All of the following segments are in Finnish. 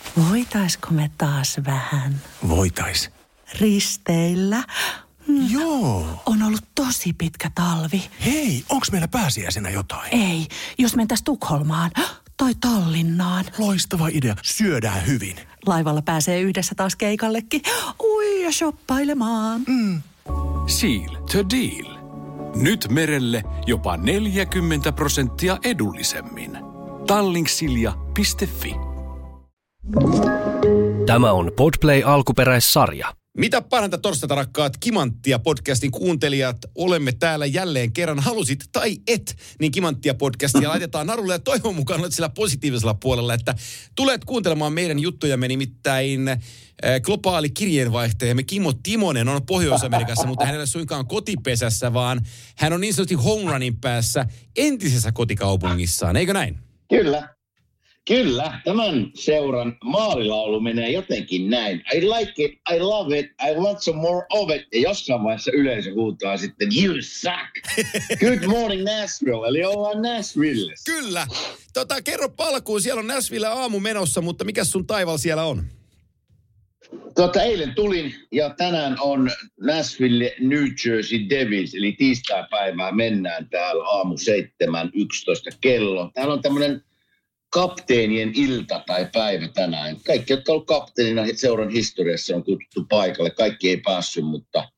Voitaisko me taas vähän Voitais. risteillä? Joo. On ollut tosi pitkä talvi. Hei, onks meillä pääsiäisenä jotain? Ei, jos mentäis Tukholmaan tai Tallinnaan. Loistava idea. Syödään hyvin. Laivalla pääsee yhdessä taas keikallekin. Ui, ja shoppailemaan. Seal to deal. Nyt merelle jopa 40% edullisemmin. Tallingsilja.fi. Tämä on Podplay alkuperäissarja. Mitä parhainta torstaita, rakkaat Kimanttia podcastin kuuntelijat. Olemme täällä jälleen kerran. Halusit tai et, niin Kimanttia podcastia laitetaan narulle. Ja toivon mukaan olet sillä positiivisella puolella, että tulet kuuntelemaan meidän juttujamme. Nimittäin globaali kirjeenvaihtajamme Kimmo Timonen on Pohjois-Amerikassa, mutta hän ei ole suinkaan kotipesässä, vaan hän on niin sanotusti home runin päässä entisessä kotikaupungissaan. Eikö näin? Kyllä, tämän seuran maalilaulu menee jotenkin näin. I like it, I love it, I want some more of it. Ja jossain vaiheessa yleisö huutaa sitten, you suck. Good morning Nashville, eli ollaan Nashvillessä. Kyllä. Kerro alkuun, siellä on Nashville aamu menossa, mutta mikä sun taival siellä on? Eilen tulin ja tänään on Nashville New Jersey Devils, eli tiistaipäivää mennään täällä aamu 7:11 kello. Täällä on tämmöinen kapteenien ilta tai päivä tänään. Kaikki, jotka ovat kapteenina seuran historiassa, on kutsuttu paikalle. Kaikki ei päässyt, mutta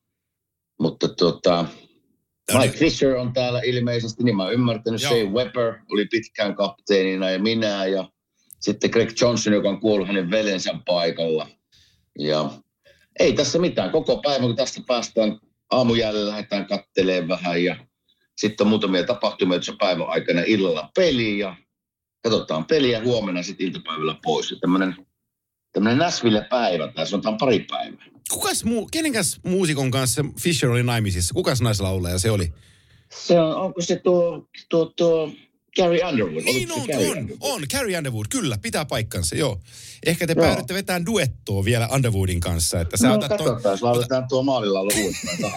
Mike Fisher on täällä ilmeisesti, niin mä oon ymmärtänyt. Shea Weber oli pitkään kapteenina ja minä ja sitten Greg Johnson, joka on kuollut hänen veljensä paikalla. Ja ei tässä mitään. Koko päivä, kun tästä päästään aamujäljellä, lähdetään katselemaan vähän ja sitten on muutamia tapahtumia, joissa päivän aikana illalla peli ja katsotaan peliä huomenna sitten iltapäivällä pois. Ja tämmöinen Nashville-päivä, tai sanotaan pari päivää. Kenenkäs muusikon kanssa Fisher oli naimisissa? Kukas naislaulaja se oli? Onko se tuo Carrie Underwood? Niin on. Carrie Underwood, kyllä, pitää paikkansa, joo. Ehkä te päädytte vetämään duettoa vielä Underwoodin kanssa. Että sä katsotaan, jos lauletaan tuo maalilaulu uudestaan.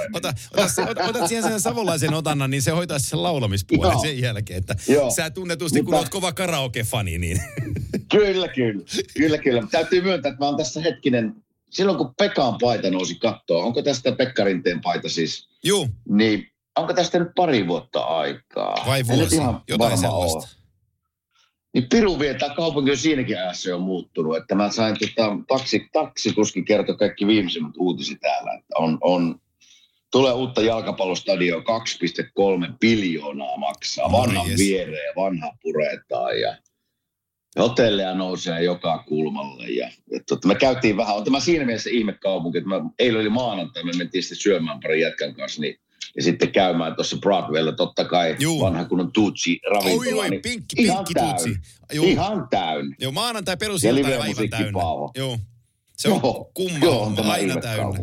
Otat siihen sen savolaisen otannan, niin se hoitaisi sen laulamispuolen sen jälkeen. Että sä tunnetusti, kun oot kova karaoke-fani, niin... Kyllä. Täytyy myöntää, että mä oon tässä hetkinen... Silloin kun Pekan paita nousi kattoon, onko tästä Pekka Rinteen paita siis? Joo. Niin, onko tästä nyt pari vuotta aikaa? Vai vuosi, jotain sellaista. Niin piru vie, tämä kaupunki on siinäkin ajassa jo muuttunut. Että mä sain taksikuski kertoi kaikki viimeisimmät uutiset täällä. Että tulee uutta jalkapallostadioa, 2,3 biljoonaa maksaa. Vanha viereen, vanha puretaan ja hotelleja nousee joka kulmalle. Me käytiin vähän, on tämä siinä mielessä ihmekaupunki, että eilen oli maanantai, me mentiin sitten syömään pari jätkän kanssa, niin, ja sitten käymään tuossa Broadwaylla, totta kai vanha kunnon Tutsi-ravintola. Oi, pinkki Tutsi. Ihan täynnä. Joo, maanantai perusilta ja aivan täynnä. Joo, se on kumma, aina täynnä.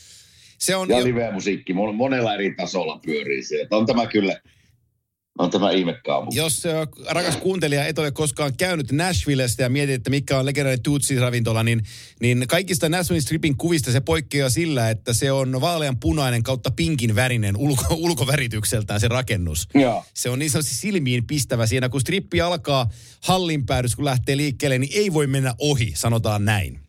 Ja live-musiikki, monella eri tasolla pyörii siellä. On tämä kyllä... On tämä ihmekaupunki. Jos rakas kuuntelija et ole koskaan käynyt Nashvillestä ja mietit, että mikä on legendaarinen Tutsi-ravintola, niin kaikista Nashville Stripin kuvista se poikkeaa sillä, että se on vaaleanpunainen kautta pinkin värinen ulkoväritykseltään se rakennus. Joo. Se on niin sanotusti silmiin pistävä siinä, kun strippi alkaa hallin päädys, kun lähtee liikkeelle, niin ei voi mennä ohi, sanotaan näin.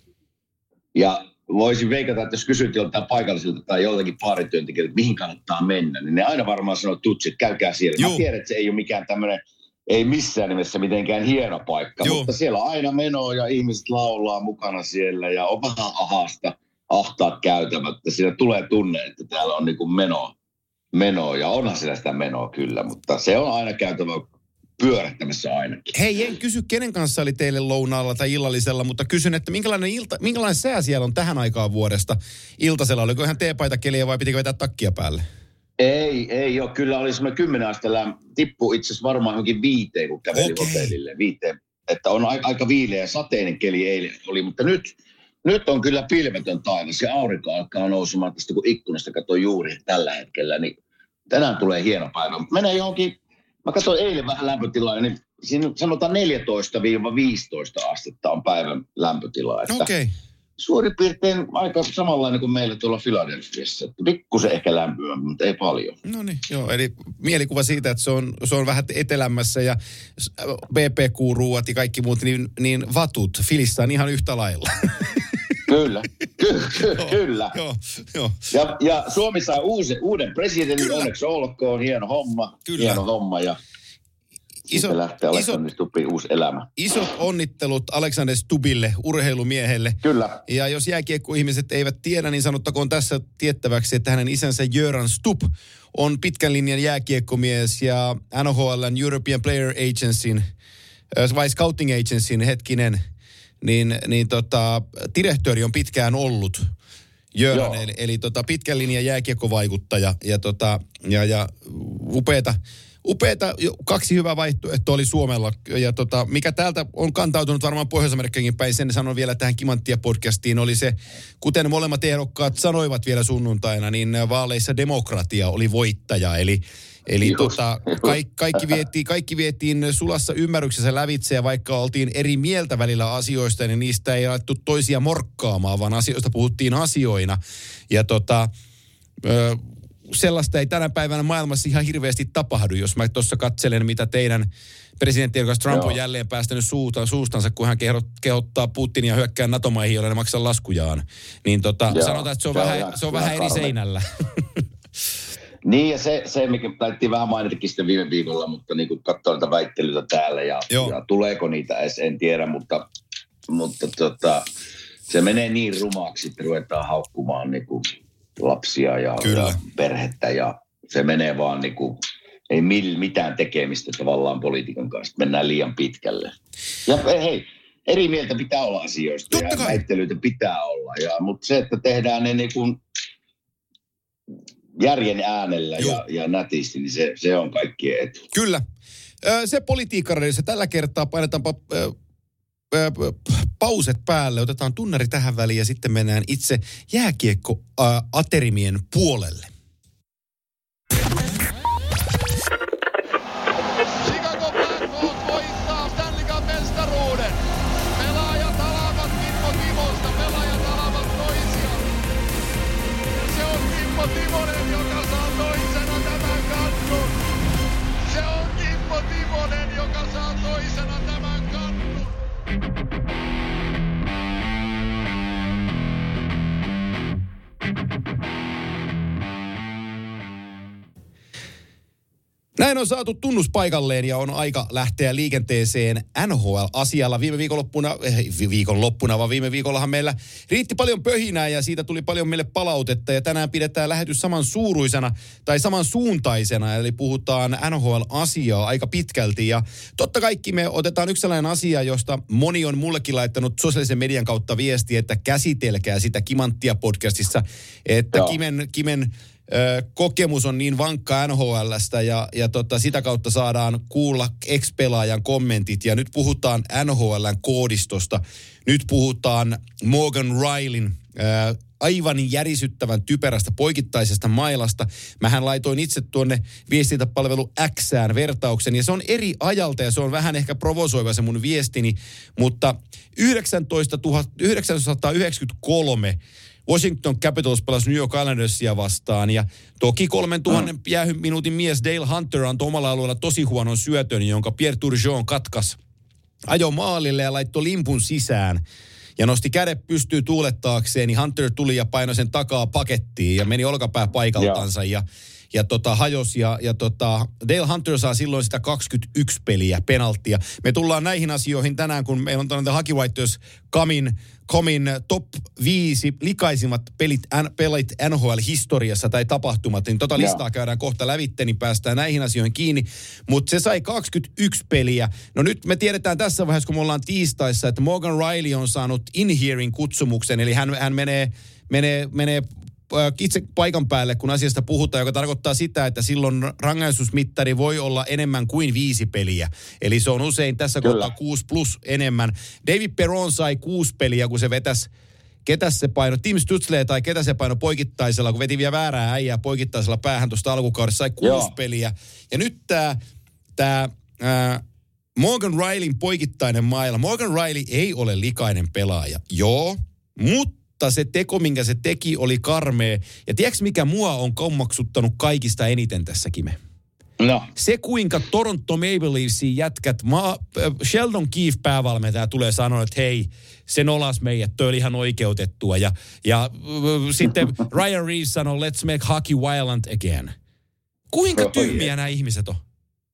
Ja voisin veikata, että jos kysyt joltain paikallisilta tai joltakin baarityöntekijöiltä, että mihin kannattaa mennä, niin ne aina varmaan sanoo Tutsi, että käykää siellä. Mä tiedän, että se ei ole mikään tämmöinen, ei missään nimessä mitenkään hieno paikka, mutta siellä on aina menoa ja ihmiset laulaa mukana siellä ja on vähän ahtaat käytämättä. Siinä tulee tunne, että täällä on niin kuin menoa ja onhan siellä sitä menoa kyllä, mutta se on aina käytävä pyörähtämässä ainakin. Hei, en kysy kenen kanssa oli teille lounaalla tai illallisella, mutta kysyn, että minkälainen sää siellä on tähän aikaan vuodesta iltasella? Oliko ihan teepaitakeliä vai pitikö vetää takkia päälle? Ei ole. Kyllä oli semmoinen 10 astella. Tippui itse asiassa varmaan johonkin 5, kun käveli hotellille. 5. Että on aika viileä ja sateinen keli eilen oli, mutta nyt on kyllä pilvetön taivas ja aurinko alkaa nousemaan tästä, kun ikkunasta katsoin juuri tällä hetkellä. Niin tänään tulee hieno päivä. Menee johonkin. Mä katsoin eilen vähän lämpötilaa, niin siinä sanotaan 14-15 astetta on päivän lämpötila. Että suurin piirtein aika samanlainen kuin meillä tuolla Philadelphiassa. Pikkusen ehkä lämpimä, mutta ei paljon. No niin, joo. Eli mielikuva siitä, että se on vähän etelämässä ja BBQ-ruuat ja kaikki muut, niin vatut Filissä on ihan yhtä lailla. Kyllä. Joo. Ja Suomi saa uuden presidentin, onneksi olkoon, hieno homma ja sitten lähtee Alexander Stubbin uusi elämä. Isot onnittelut Alexander Stubbille, urheilumiehelle. Kyllä. Ja jos jääkiekkoihmiset eivät tiedä, niin sanottakoon tässä tiettäväksi, että hänen isänsä Göran Stubb on pitkän linjan jääkiekkomies ja NHL:n European Player Agencyn, vai Scouting Agencyn direktööri on pitkään ollut Göran, eli pitkän linjan jääkiekkovaikuttaja ja upeata, kaksi hyvää vaihtoehtoa oli Suomella. Ja mikä täältä on kantautunut varmaan Pohjois-Amerikkaankin päin, sen sanon vielä tähän Kimanttia-podcastiin, oli se, kuten molemmat ehdokkaat sanoivat vielä sunnuntaina, niin vaaleissa demokratia oli voittaja. Eli kaikki vietiin sulassa ymmärryksessä lävitse, ja vaikka oltiin eri mieltä välillä asioista, niin niistä ei alettu toisia morkkaamaan, vaan asioista puhuttiin asioina. Ja sellaista ei tänä päivänä maailmassa ihan hirveästi tapahdu, jos mä tuossa katselen, mitä teidän presidenttiehdokas Trump on jälleen päästänyt suustansa, kun hän kehottaa Putinia hyökkää NATO-maihin, joille ne maksaa laskujaan. Niin sanotaan, että se on vähän eri seinällä. Niin, ja se mikä taittiin vähän mainitakin sitten viime viikolla, mutta niin kuin katsoo niitä väittelyitä täällä ja tuleeko niitä edes, en tiedä, mutta se menee niin rumaksi, että ruvetaan haukkumaan niin kuin lapsia ja perhettä ja se menee vaan niin kuin, ei mitään tekemistä tavallaan politiikan kanssa, mennään liian pitkälle. Ja hei, eri mieltä pitää olla asioista ja väittelyitä pitää olla, mutta se, että tehdään ne niin kuin järjen äänellä ja nätisti, niin se on kaikkien etu. Kyllä. Se politiikkaradiossa tällä kertaa painetaanpa pauset päälle, otetaan tunnari tähän väliin ja sitten mennään itse jääkiekko-aterimien puolelle. Chicago Blackhawks voittaa Stanley Cup -mestaruuden. Pelaajat alavat Kimmo Timosta, pelaajat alavat toisiaan. Se on Kimmo Timonen, joka saa toisena tämän kannun. Se on Kimmo Timonen, joka saa toisena tämän kannun. Näin on saatu tunnus paikalleen ja on aika lähteä liikenteeseen NHL-asialla. Viime viikollahan meillä riitti paljon pöhinää ja siitä tuli paljon meille palautetta. Ja tänään pidetään lähetys saman suuruisena tai saman suuntaisena, eli puhutaan NHL-asiaa aika pitkälti. Ja totta kaikki me otetaan yksi sellainen asia, josta moni on mullekin laittanut sosiaalisen median kautta viestiä, että käsitelkää sitä Kimanttia podcastissa, että Kimen kokemus on niin vankka NHL:stä ja sitä kautta saadaan kuulla ex-pelaajan kommentit. Ja nyt puhutaan NHL:n koodistosta. Nyt puhutaan Morgan Rileyn aivan järisyttävän typerästä poikittaisesta mailasta. Mähän laitoin itse tuonne viestintäpalvelu Xään vertauksen, ja se on eri ajalta, ja se on vähän ehkä provosoiva se mun viestini, mutta 1993 Washington Capitals pelasi New York Islandersia vastaan, ja toki 3000 jäähyminuutin mies Dale Hunter antoi omalla alueella tosi huonon syötön, jonka Pierre Turgeon katkas. Ajoi maalille ja laittoi limpun sisään ja nosti kädet pystyyn tuulettaakseen, niin Hunter tuli ja painoi sen takaa pakettiin ja meni olkapää paikaltansa ja hajosi. Ja Dale Hunter saa silloin sitä 21 peliä, penalttia. Me tullaan näihin asioihin tänään, kun meillä on tällainen Hockey Writers Comin top 5 likaisimmat pelit NHL-historiassa tai tapahtumat, niin listaa käydään kohta lävitte, niin päästään näihin asioihin kiinni. Mutta se sai 21 peliä. No nyt me tiedetään tässä vaiheessa, kun me ollaan tiistaissa, että Morgan Rielly on saanut in-hearing kutsumuksen, eli hän menee itse paikan päälle, kun asiasta puhutaan, joka tarkoittaa sitä, että silloin rangaistusmittari voi olla enemmän kuin 5 peliä. Eli se on usein tässä kohtaa 6 plus enemmän. David Perron sai 6 peliä, kun se vetäisi, ketä se paino, Tim Stutzle tai ketä se paino poikittaisella, kun veti vielä väärää äijää poikittaisella päähän tuosta alkukaudessa, sai 6 peliä. Ja nyt tämä Morgan Rieleyn poikittainen maila. Morgan Rielly ei ole likainen pelaaja. Joo, Mutta se teko, minkä se teki, oli karmea. Ja tiedätkö, mikä mua on kommaksuttanut kaikista eniten tässä, Kime? No. Se, kuinka Toronto Maple Leafsin jätkät, Sheldon Keefe päävalmentaja tulee sanoa, että hei, se nolas meidät, toi oli ihan oikeutettua. Ja sitten Ryan Reeves sanoi, let's make hockey violent again. Kuinka tyhmiä nämä ihmiset on?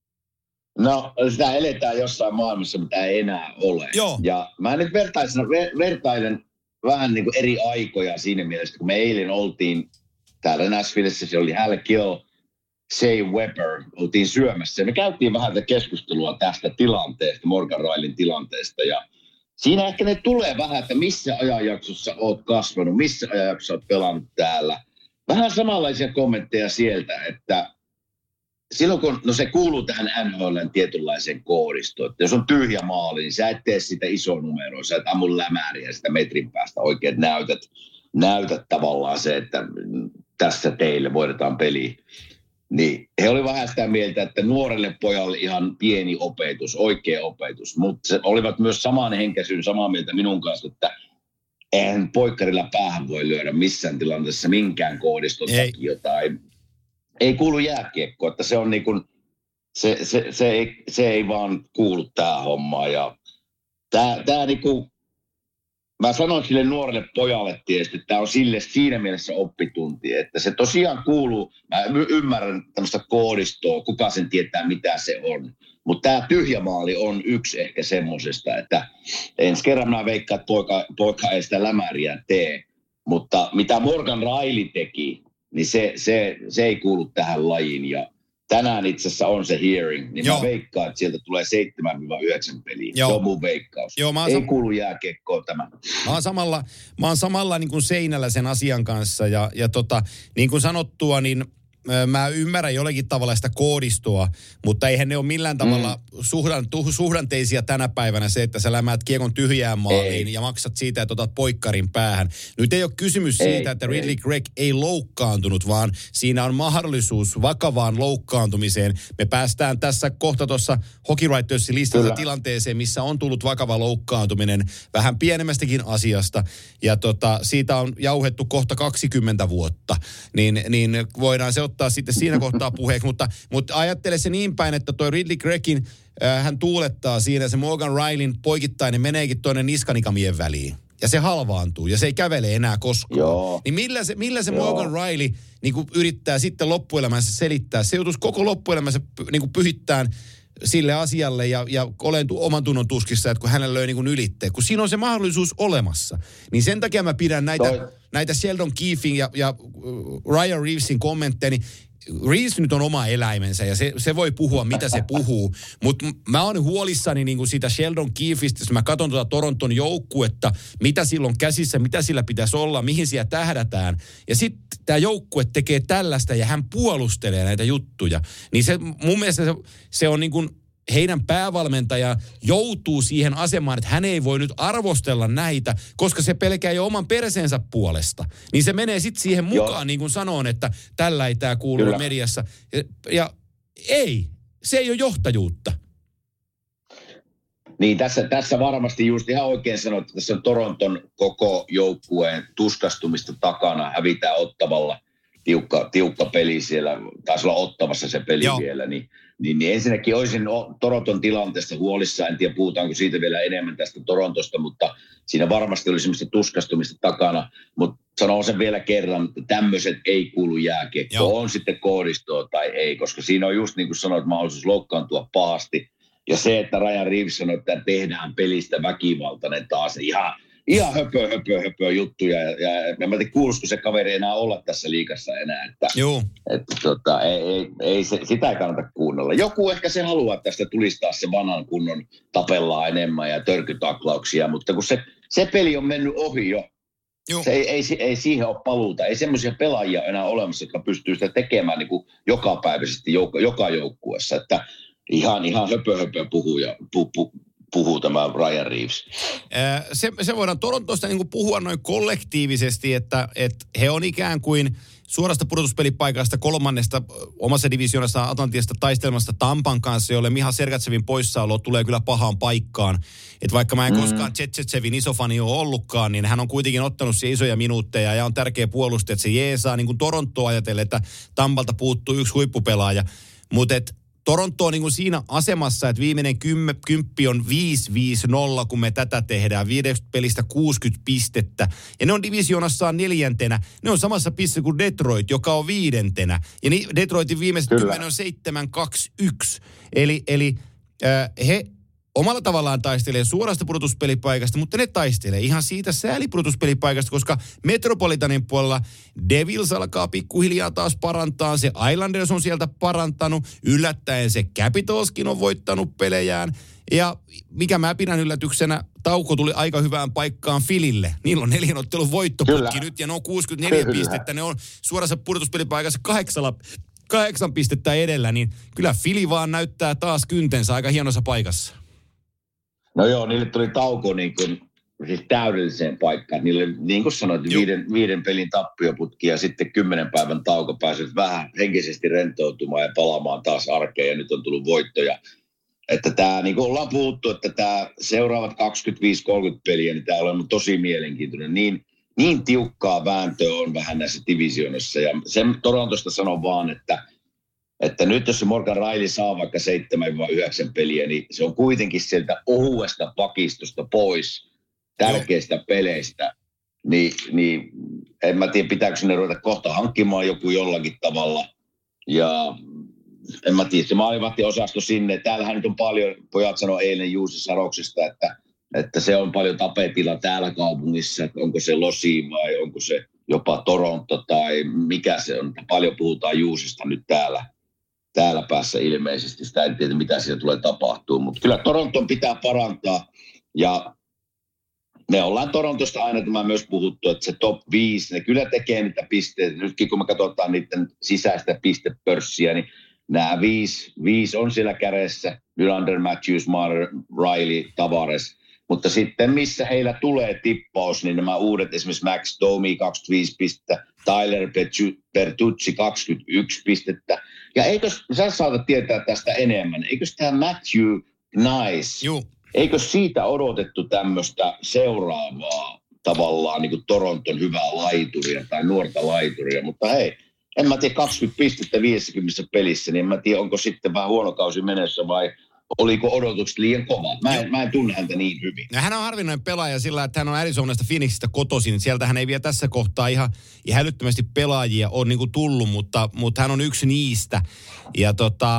No, sitä eletään jossain maailmassa, mitä ei enää ole. Joo. Ja mä nyt vertailen vähän niin kuin eri aikoja siinä mielessä, kun me eilen oltiin täällä Nashvillessä, se oli Hal Gill, Shea Weber, oltiin syömässä. Ja me käytiin vähän tätä keskustelua tästä tilanteesta, Morgan Rileyn tilanteesta. Ja siinä ehkä ne tulee vähän, että missä ajanjaksossa oot kasvanut, missä ajanjaksossa oot pelannut täällä. Vähän samanlaisia kommentteja sieltä, että silloin kun, no se kuuluu tähän NHL:n tietynlaiseen koodistoon, että jos on tyhjä maali, niin sä et tee sitä iso numeroa, sä et ammu lämääriä sitä metrin päästä oikein, näytät tavallaan se, että tässä teille voitetaan peliä. Niin he oli vähän sitä mieltä, että nuorelle pojalle ihan pieni opetus, oikea opetus, mutta se olivat myös samaa mieltä minun kanssa, että eihän poikkarilla päähän voi lyödä missään tilanteessa minkään koodiston takia tai ei kuulu jääkiekkoa, että se on niin kuin, se ei vaan kuulu tähän hommaan. Ja tää niin kuin, mä sanoin sille nuorelle pojalle tietysti, että tämä on sille siinä mielessä oppitunti, että se tosiaan kuuluu, mä ymmärrän tämmöistä koodistoa, kuka sen tietää mitä se on. Mutta tämä tyhjämaali on yksi ehkä semmosesta, että ensi kerran mä veikkaan, että poika ei sitä lämäriä tee. Mutta mitä Morgan Riley teki, niin se ei kuulu tähän lajiin. Ja tänään itse asiassa on se hearing, niin mä veikkaan, että sieltä tulee 7-9 peliä. Se on mun veikkaus. Ei kuulu jääkiekkoon tämä. Mä oon samalla niin kuin seinällä sen asian kanssa. Ja niin kuin sanottua, niin mä ymmärrän jollakin tavalla sitä koodistoa, mutta eihän ne ole millään tavalla suhdanteisia tänä päivänä se, että sä lämäät kiekon tyhjään maaliin ja maksat siitä, että otat poikkarin päähän. Nyt ei ole kysymys siitä, että Ridley Greig ei loukkaantunut, vaan siinä on mahdollisuus vakavaan loukkaantumiseen. Me päästään tässä kohta tuossa Hockey Writersin listalla tilanteeseen, missä on tullut vakava loukkaantuminen vähän pienemmästäkin asiasta. Ja siitä on jauhettu kohta 20 vuotta. Niin voidaan se ottaa sitten siinä kohtaa puheeksi, mutta ajattele se niin päin, että toi Ridley Greigin, hän tuulettaa siinä, se Morgan Rileyn poikittainen meneekin toinen niskanikamien väliin. Ja se halvaantuu, ja se ei kävele enää koskaan. Joo. Niin millä se Morgan Riley niin kuin yrittää sitten loppuelämänsä selittää? Se joutuisi koko loppuelämänsä niin kuin pyhittämään sille asialle ja olen oman tunnon tuskissa, että kun hänellä löi niin kuin ylitteen. Kun siinä on se mahdollisuus olemassa. Niin sen takia mä pidän näitä Sheldon Keefin ja Ryan Reevesin kommentteja, niin Reeves nyt on oma eläimensä ja se voi puhua, mitä se puhuu. Mutta mä oon huolissani niin kuin siitä Sheldon Keefistä, jos mä katson tuota Toronton joukkuetta, mitä silloin käsissä, mitä sillä pitäisi olla, mihin siellä tähdätään. Ja sitten tämä joukkue tekee tällaista ja hän puolustelee näitä juttuja. Niin se mun mielestä se on niin kuin heidän päävalmentaja joutuu siihen asemaan, että hän ei voi nyt arvostella näitä, koska se pelkää jo oman perseensä puolesta. Niin se menee sitten siihen mukaan, niin kuin sanon, että tällä ei tämä kuulu mediassa. Ja se ei ole johtajuutta. Niin, tässä varmasti just ihan oikein sanoit, että tässä on Toronton koko joukkueen tuskastumista takana, hävitään Ottavalla. Tiukka peli siellä, taisi olla Ottavassa se peli vielä, niin ensinnäkin olisin Toronton tilanteesta huolissaan, en tiedä puhutaanko siitä vielä enemmän tästä Torontosta, mutta siinä varmasti oli semmoista tuskastumista takana, mutta sanon sen vielä kerran, että tämmöiset ei kuulu jääkiekkoon, on sitten koodistoa tai ei, koska siinä on just niin kuin sanoit, mahdollisuus loukkaantua pahasti, ja se, että Ryan Reeves sanoi, että tehdään pelistä väkivaltainen taas, ihan höpö juttuja, ja mä en tiedä, kuuluisiko se kaveri enää olla tässä liigassa enää, että sitä ei kannata kuunnella. Joku ehkä se haluaa, että tästä tulisi taas se vanhan kunnon tapellaan enemmän ja törkytaklauksia, mutta kun se peli on mennyt ohi jo. Se ei siihen ole paluuta. Ei semmoisia pelaajia enää olemassa, jotka pystyy sitä tekemään niin kuin jokapäiväisesti joka joukkueessa, että ihan höpö puhuu ja puhuu tämä Ryan Reeves. Se voidaan Torontosta niin kuin puhua noin kollektiivisesti, että he on ikään kuin suorasta pudotuspelipaikasta kolmannesta omassa divisioonassa Atlantiasta taistelmasta Tampan kanssa, jolle Miha Sergatsevin poissaolo tulee kyllä pahaan paikkaan. Että vaikka mä en koskaan Tsetchetsevin iso fani ole ollutkaan, niin hän on kuitenkin ottanut siihen isoja minuutteja ja on tärkeä puolustaja, että se jeesaa niin kuin Torontoa ajatellen, että Tampalta puuttuu yksi huippupelaaja. Mutta Toronto on niin kuin siinä asemassa, että viimeinen kymppi on 5-5-0, kun me tätä tehdään. 5 pelistä 60 pistettä. Ja ne on divisioonassaan 4. Ne on samassa pisteessä kuin Detroit, joka on 5. Ja Detroitin viimeiset 10 on 7-2-1. Eli he omalla tavallaan taistelee suorasta pudotuspelipaikasta, mutta ne taistelee ihan siitä säälipudotuspelipaikasta, koska Metropolitanin puolella Devils alkaa pikkuhiljaa taas parantaa. Se Islanders on sieltä parantanut. Yllättäen se Capitalskin on voittanut pelejään. Ja mikä mä pidän yllätyksenä, tauko tuli aika hyvään paikkaan Philille. Niillä on 4 ottelun voittoputki nyt ja ne on 64 pistettä. Ne on suorassa pudotuspelipaikassa 8 pistettä edellä, niin kyllä Philly vaan näyttää taas kyntensä aika hienossa paikassa. No joo, niille tuli tauko niin kuin, siis täydelliseen paikkaan. Niille, niin kuin sanoit, 5 pelin tappioputki ja sitten 10 päivän tauko pääsivät vähän henkisesti rentoutumaan ja palaamaan taas arkeen ja nyt on tullut voittoja. Että tämä, niin kuin ollaan puhuttu, että tämä seuraavat 25-30 peliä, niin tämä on tosi mielenkiintoinen. Niin tiukkaa vääntöä on vähän näissä divisioonissa ja sen Torontosta sanon vaan, että nyt jos se Morgan Rielly saa vaikka 7-9 peliä, niin se on kuitenkin sieltä ohuesta pakistosta pois tärkeistä peleistä. Niin en mä tiedä, pitääkö sinne ruveta kohta hankkimaan joku jollakin tavalla. Ja en mä tiedä, se maalivahtiosasto sinne. Täällähän nyt on paljon, pojat sanoi eilen Juusi Saroksesta, että se on paljon tapetilla täällä kaupungissa, että onko se Losi vai onko se jopa Toronto tai mikä se on. Paljon puhutaan Juusista nyt täällä päässä ilmeisesti. Sitä en tiedä, mitä siellä tulee tapahtuu, mutta kyllä Toronton pitää parantaa. Ja me ollaan Torontosta aina tämä myös puhuttu, että se top 5, ne kyllä tekee niitä pisteitä. Nytkin kun me katsotaan niiden sisäistä pistepörssiä, niin nämä 5 on siellä kädessä. Nylander, Matthews, Marner, Rielly, Tavares. Mutta sitten missä heillä tulee tippaus, niin nämä uudet, esimerkiksi Max Domi 25 pistettä, Tyler Bertuzzi 21 pistettä. Ja eikö, sä saatat tietää tästä enemmän, eikö tämä Matthew Nice, eikö siitä odotettu tämmöistä seuraavaa tavallaan niin kuin Toronton hyvää laituria tai nuorta laituria, mutta hei, en mä tiedä 20 pistettä 50 pelissä, niin en mä tiedä onko sitten vähän huono kausi menessä vai oliko odotukset liian kovat? Mä en tunne häntä niin hyvin. No, hän on harvinainen pelaaja sillä, että hän on Arizonasta Phoenixista kotoisin. Sieltähän ei vielä tässä kohtaa ihan hälyttömästi pelaajia ole niin kuin tullut, mutta hän on yksi niistä. Ja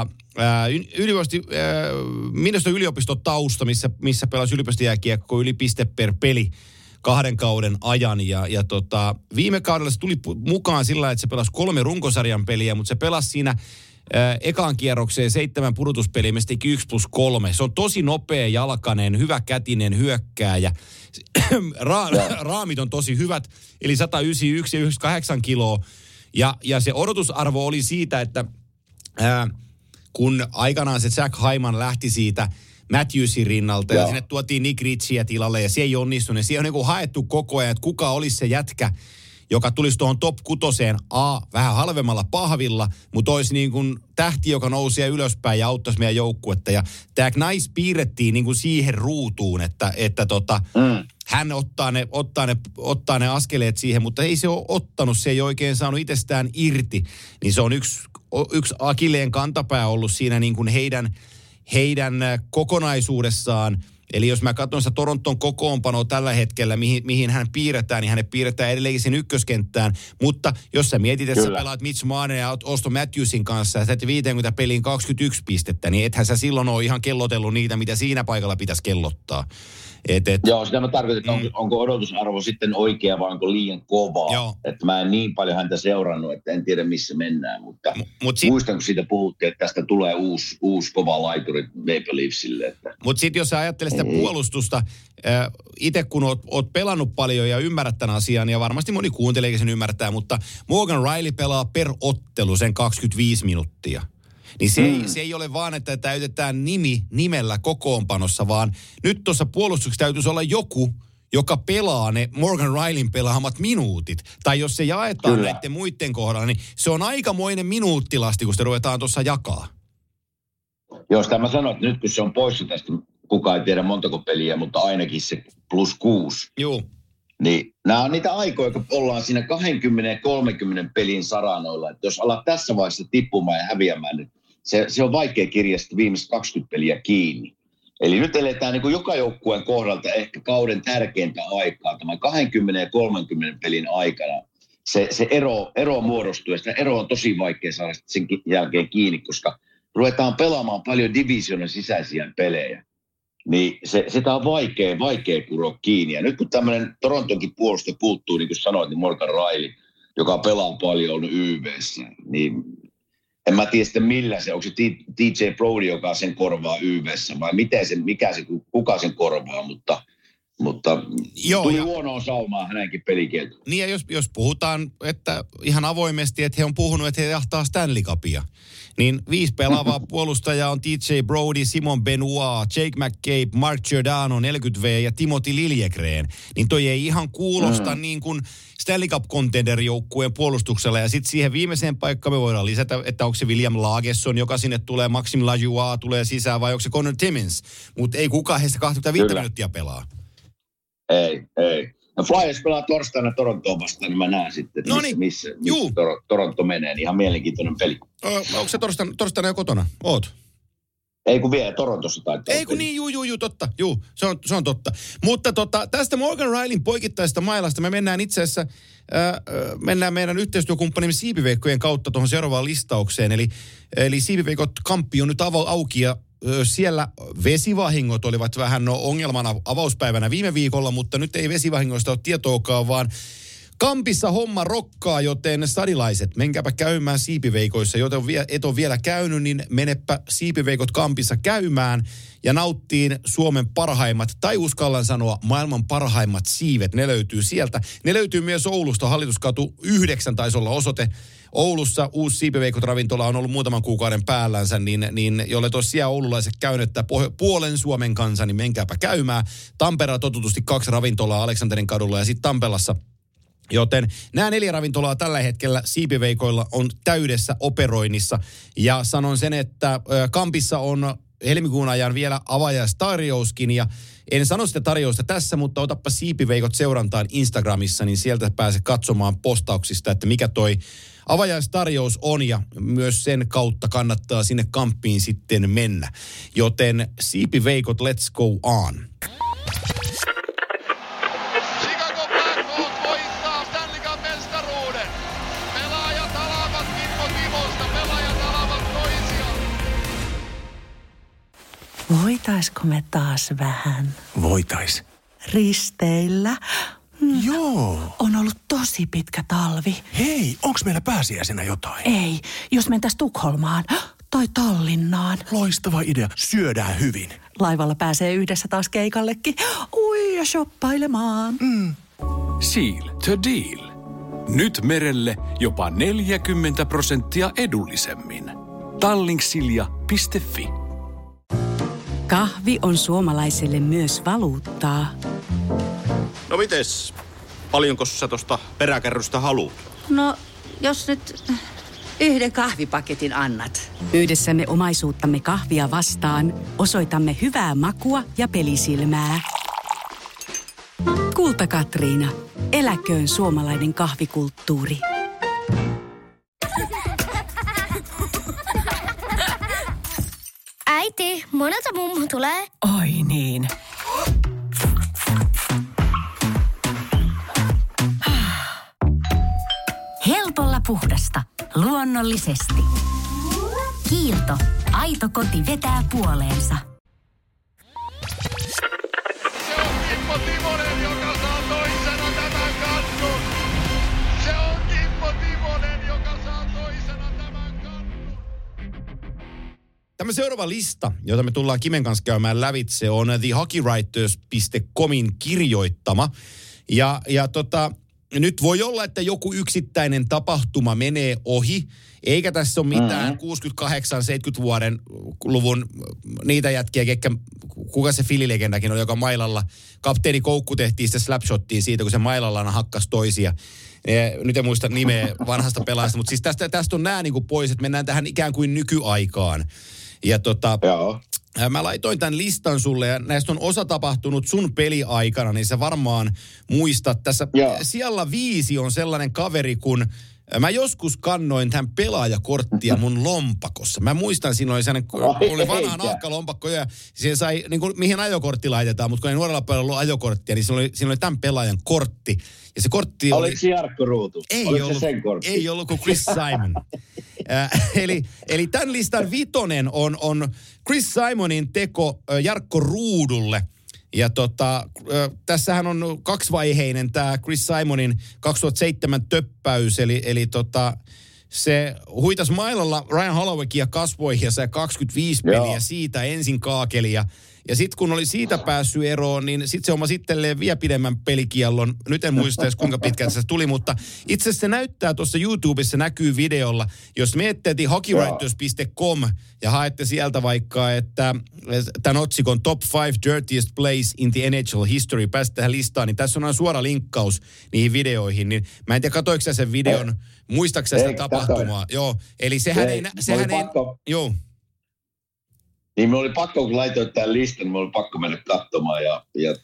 minusta yliopistotausta, missä pelasi yliopistojääkiekko yli piste per peli 2 kauden ajan. Ja viime kaudella se tuli mukaan sillä, että se pelasi 3 runkosarjan peliä, mutta se pelasi siinä ekaan kierrokseen 7 pudotuspeliä, mistä 1+3. Se on tosi nopea jalkainen, hyväkätinen hyökkääjä. Raamit on tosi hyvät, eli 191 ja 98 kiloa. Ja se odotusarvo oli siitä, että kun aikanaan se Zach Hyman lähti siitä Matthewsin rinnalta ja sinne tuotiin Nick Ritchieä tilalle ja se ei onnistunut. Siellä on niin kuin haettu koko ajan, että kuka olisi se jätkä, joka tulisi tuohon top 6 vähän halvemmalla pahvilla, mutta olisi niin kuin tähti, joka nousee ylöspäin ja auttaisi meidän joukkuetta. Ja tämä Nice piirrettiin niin kuin siihen ruutuun, että hän ottaa ne askeleet siihen, mutta ei se ole ottanut, se ei oikein saanut itsestään irti. Niin se on yksi Akilleen kantapää ollut siinä niin kuin heidän kokonaisuudessaan. Eli jos mä katson sitä Toronton kokoonpanoa tällä hetkellä, mihin hän piirretään, niin hänet piirretään edelleenkin sen ykköskenttään. Mutta jos sä mietit, että sä pelaat Mitch Marner ja Auston Matthewsin kanssa ja sä et 50 peliin 21 pistettä, niin ethän sä silloin ole ihan kellotellut niitä, mitä siinä paikalla pitäisi kellottaa. Joo, sitä mä tarkoitan, että onko odotusarvo sitten oikea vai onko liian kova. Joo. Että mä en niin paljon häntä seurannut, että en tiedä missä mennään. Mutta muistan, kun siitä puhuttiin, että tästä tulee uusi kova laituri Maple Leafsille. Mutta sitten jos sä ajattelet sitä puolustusta, itse kun oot pelannut paljon ja ymmärrät tämän asian, ja varmasti moni kuunteleekin sen ymmärtää, mutta Morgan Rielly pelaa per ottelu sen 25 minuuttia. Niin se ei ole vaan, että täytetään nimellä kokoonpanossa, vaan nyt tuossa puolustuksessa täytyisi olla joku, joka pelaa ne Morgan Rileyn pelaamat minuutit. Tai jos se jaetaan näiden muiden kohdalla, niin se on aikamoinen minuuttilasti, kun sitä ruvetaan tuossa jakaa. Joo, sitä mä sanon, että nyt kun se on poissa tästä, kukaan ei tiedä montako peliä, mutta ainakin se +6. Joo. Niin nämä on niitä aikoja, kun ollaan siinä 20 ja 30 pelin saranoilla. Että jos alat tässä vaiheessa tippumaan ja häviämään, niin se on vaikea kirjasta viimeiset 20 peliä kiinni. Eli nyt eletään niin kuin joka joukkueen kohdalta ehkä kauden tärkeintä aikaa. Tämän 20 ja 30 pelin aikana se ero muodostuu. Ja sitä ero on tosi vaikea saada sen jälkeen kiinni, koska ruvetaan pelaamaan paljon divisioonan sisäisiä pelejä. Niin sitä on vaikea kuroa kiinni. Ja nyt kun tämmöinen Torontonkin puolusto puuttuu, niin kuin sanoit, niin Morgan Riley, joka pelaa paljon on YV:ssä, niin en mä tiedä sitten millä se, onko se DJ Brody, joka sen korvaa YV:ssä vai kuka sen korvaa, mutta tuli huonoon saumaan hänenkin pelikieltä. Niin ja jos puhutaan että ihan avoimesti, että he on puhunut, että he jahtaa Stanley Cupia, niin 5 pelaavaa puolustajaa on TJ Brody, Simon Benoit, Jake McCabe, Mark Giordano, 40V ja Timothy Liljegren. Niin toi ei ihan kuulosta niin kuin Stanley Cup-contender-joukkueen puolustuksella. Ja sitten siihen viimeiseen paikkaan me voidaan lisätä, että onko se William Lagesson, joka sinne tulee, Maxime Lajoie tulee sisään, vai onko se Connor Timmins. Mutta ei kukaan heistä 25 minuuttia pelaa. Ei. No Flyers pelaa torstaina Torontoon vastaan, niin mä näen sitten, missä Toronto menee. Niin ihan mielenkiintoinen peli. Onko se torstaina jo kotona? Oot. Ei kun vielä Torontossa taitaa. Ei kun niin, totta. Se on totta. Mutta tästä Morgan Rileyn poikittaisesta mailasta me mennään itse asiassa, mennään meidän yhteistyökumppanimme Siipiveikkojen kautta tuohon seuraavaan listaukseen. Eli Siipiveikot kamppi on nyt auki ja siellä vesivahingot olivat vähän ongelmana avauspäivänä viime viikolla, mutta nyt ei vesivahingoista ole tietoakaan, vaan kampissa homma rokkaa, joten stadilaiset, menkääpä käymään Siipiveikoissa, joten et ole vielä käynyt, niin menepä Siipiveikot kampissa käymään ja nauttiin Suomen parhaimmat, tai uskallan sanoa maailman parhaimmat siivet. Ne löytyy sieltä. Ne löytyy myös Oulusta, Hallituskatu 9 taisi olla osoite. Oulussa uusi Siipiveikot-ravintola on ollut muutaman kuukauden päällänsä, niin jolle tosiaan oululaiset käynnettä puolen Suomen kanssa, niin menkääpä käymään. Tampereella totutusti 2 ravintolaa Aleksanterin kadulla ja sitten Tampelassa. Joten nämä 4 ravintolaa tällä hetkellä Siipiveikoilla on täydessä operoinnissa. Ja sanon sen, että kampissa on helmikuun ajan vielä avajaistarjouskin. Ja en sano sitä tarjousta tässä, mutta otappa Siipiveikot seurantaan Instagramissa, niin sieltä pääse katsomaan postauksista, että mikä toi avajaistarjous on. Ja myös sen kautta kannattaa sinne kamppiin sitten mennä. Joten Siipiveikot, let's go on. Voitaisko me taas vähän Voitais. risteillä? Joo. On ollut tosi pitkä talvi. Hei, onks meillä pääsiäisenä jotain? Ei, jos mentäis Tukholmaan tai Tallinnaan. Loistava idea. Syödään hyvin. Laivalla pääsee yhdessä taas keikallekin. Ui ja shoppailemaan. Seal to deal. Nyt merelle jopa 40% edullisemmin. Tallingsilja.fi. Kahvi on suomalaiselle myös valuuttaa. No mites? Paljonko sä tosta peräkärrystä haluat? No, jos nyt 1 kahvipaketin annat. Yhdessämme omaisuuttamme kahvia vastaan osoitamme hyvää makua ja pelisilmää. Kulta Katriina. Eläköön suomalainen kahvikulttuuri. Äiti, monelta mummu tulee? Oi niin. Helpolla puhdasta. Luonnollisesti. Kiilto. Aito koti vetää puoleensa. Se on Kimmo Timonen, joka saa toisena tämän kannun. Se on Kimmo Timonen, joka saa toisena tämän kannun. Tämä seuraava lista, jota me tullaan Kimen kanssa käymään lävitse, on thehockeywriters.comin kirjoittama. Ja nyt voi olla, että joku yksittäinen tapahtuma menee ohi, eikä tässä ole mitään 68-70 vuoden luvun niitä jätkiä, kuka se Fili-legendakin oli, joka mailalla, kapteeni Koukku tehtiin sitten slapshottiin siitä, kun se mailalla hakkas toisia. Nyt en muista nimeä vanhasta pelaajasta, mutta siis tästä on nämä niin kuin pois, että mennään tähän ikään kuin nykyaikaan. Ja mä laitoin tämän listan sulle ja näistä on osa tapahtunut sun peliaikana, niin sä varmaan muistat. Tässä siellä 5 on sellainen kaveri, kun mä joskus kannoin tämän pelaajakorttia mun lompakossa. Mä muistan, siinä oli sellainen, oli vanha nahkalompakko ja siihen sai, niin kuin, mihin ajokortti laitetaan, mutta kun ei nuorella pojalla ollut ajokorttia, niin siinä oli tämän pelaajan kortti. Ja se kortti oli... Oliko se Jarkko Ruutu? Ei ollut kuin Chris Simon. Eli tämän listan 5 on Chris Simonin teko Jarkko Ruudulle. Ja tässähän on 2-vaiheinen tämä Chris Simonin 2007 töppäys, eli se huitas mailalla Ryan Hollowaykia kasvoihin ja sai 25 peliä siitä ensin kaakelia. Ja sitten kun oli siitä päässyt eroon, niin sitten se homma itselleen vielä pidemmän pelikiellon. Nyt en muista edes kuinka pitkään se tuli, mutta itse asiassa se näyttää tuossa YouTubessa, näkyy videolla. Jos miettii hockeywriters.com ja haette sieltä vaikka, että tämän otsikon Top 5 Dirtiest Plays in the NHL History, päästä tähän listaan, niin tässä on suora linkkaus niihin videoihin. Niin mä en tiedä, katoiko sä sen videon, muistatko sä sitä tapahtumaa? Joo, eli sehän ei... Joo. Niin me oli pakko, kun laitoin tämän listan, niin me oli pakko mennä katsomaan ja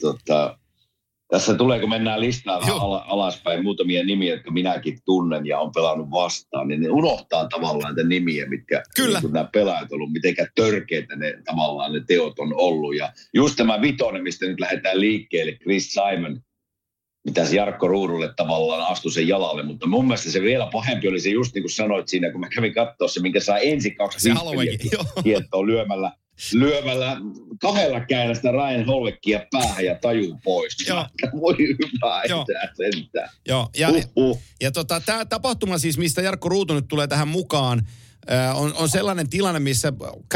tässä tulee, kun mennään listaan alaspäin, muutamia nimiä, jotka minäkin tunnen ja on pelannut vastaan, niin ne unohtaa tavallaan näitä nimiä, mitkä niin nämä pelaajat on ollut, mitenkä törkeitä ne tavallaan ne teot on ollut. Ja just tämä 5, mistä nyt lähdetään liikkeelle, Chris Simon, mitä se Jarkko Ruudulle tavallaan astui sen jalalle, mutta mun mielestä se vielä pahempi oli se just niin kuin sanoit siinä, kun mä kävin katsoa se, minkä sai ensin 25 kieltoa lyömällä 2 käännöstä Ryan Hollowaykia päähän ja tajuu pois. Voi hyvä, että sentään. Ja tämä tapahtuma siis, mistä Jarkko Ruutu nyt tulee tähän mukaan, on sellainen tilanne, missä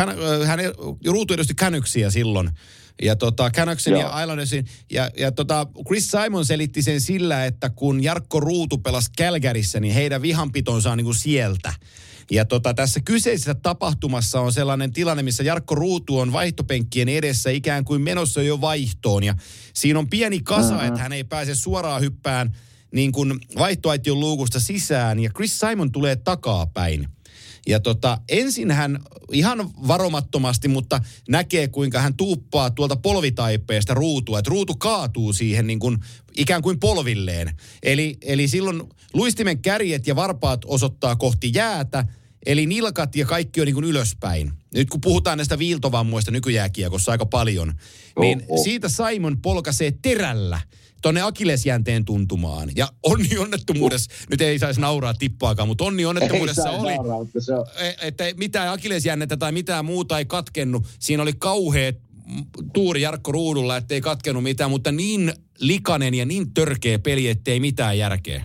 Ruutu edusti Canucksia silloin. Ja Canucksin ja Islandersin. Ja Chris Simon selitti sen sillä, että kun Jarkko Ruutu pelasi Calgaryssä, niin heidän vihanpitonsa on niin kuin sieltä. Ja tässä kyseisessä tapahtumassa on sellainen tilanne, missä Jarkko Ruutu on vaihtopenkkien edessä ikään kuin menossa jo vaihtoon. Ja siinä on pieni kasa, että hän ei pääse suoraan hyppään niin kuin vaihtoaition luukusta sisään. Ja Chris Simon tulee takapäin. Ja ensin hän ihan varomattomasti, mutta näkee kuinka hän tuuppaa tuolta polvitaipeesta Ruutua. Että Ruutu kaatuu siihen niin kuin, ikään kuin polvilleen. Eli silloin luistimen kärjet ja varpaat osoittaa kohti jäätä. Eli nilkat ja kaikki on niin kuin ylöspäin. Nyt kun puhutaan näistä viiltovammoista nykyjääkiekossa aika paljon, niin siitä Simon polkaisee terällä tuonne akillesjänteen tuntumaan. Ja onnettomuudessa, nyt ei saisi nauraa tippaakaan, mutta onnettomuudessa oli, että mitään akillesjännettä tai mitään muuta ei katkennut. Siinä oli kauhea tuuri Jarkko Ruudulla, ettei katkennut mitään, mutta niin likainen ja niin törkeä peli, ettei mitään järkeä.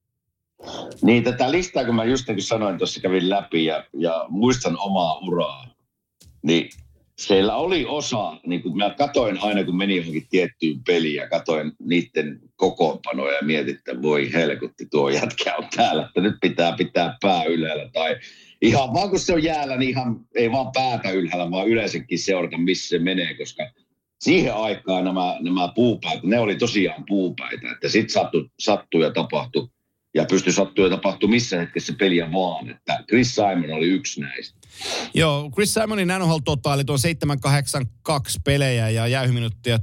Niin, tätä listaa, kun mä just niin kuin sanoin, tuossa kävin läpi ja muistan omaa uraa, niin siellä oli osa, niin kuin mä katoin aina, kun meni johonkin tiettyyn peliin ja katoin niiden kokoonpanoja ja mietin, että voi helkutti, tuo jätkä on täällä, että nyt pitää pää ylhäällä. Tai ihan vaan kun se on jäällä, niin ihan ei vaan päätä ylhäällä, vaan yleensäkin seurata, missä se menee, koska siihen aikaan nämä puupäät, ne oli tosiaan puupäitä, että sitten sattui ja tapahtui. Ja pystyi sattua ja tapahtua missä hetkessä peliä vaan, että Chris Simon oli yksi näistä. Joo, Chris Simonin NHL-totaalit on 782 pelejä ja jäähyminuuttia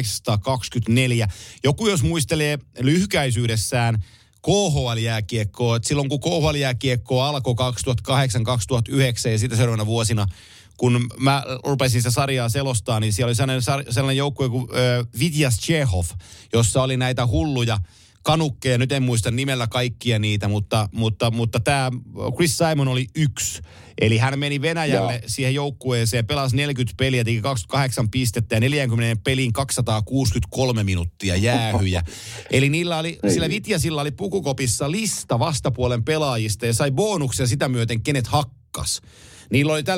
1824. Joku jos muistelee lyhykäisyydessään KHL-jääkiekkoa, että silloin kun KHL-jääkiekko alkoi 2008-2009 ja sitä seuraavana vuosina, kun mä rupesin sitä sarjaa selostaa, niin siellä oli sellainen joukkue kuin Vityaz Chehov, jossa oli näitä hulluja kanukkeja, nyt en muista nimellä kaikkia niitä, mutta tämä Chris Simon oli yksi. Eli hän meni Venäjälle siihen joukkueeseen, pelasi 40 peliä, teki 28 pistettä ja 40 peliin 263 minuuttia jäähyjä. Eli sillä Vityazilla oli pukukopissa lista vastapuolen pelaajista ja sai bonuksia sitä myöten, kenet hakkas. Niillä oli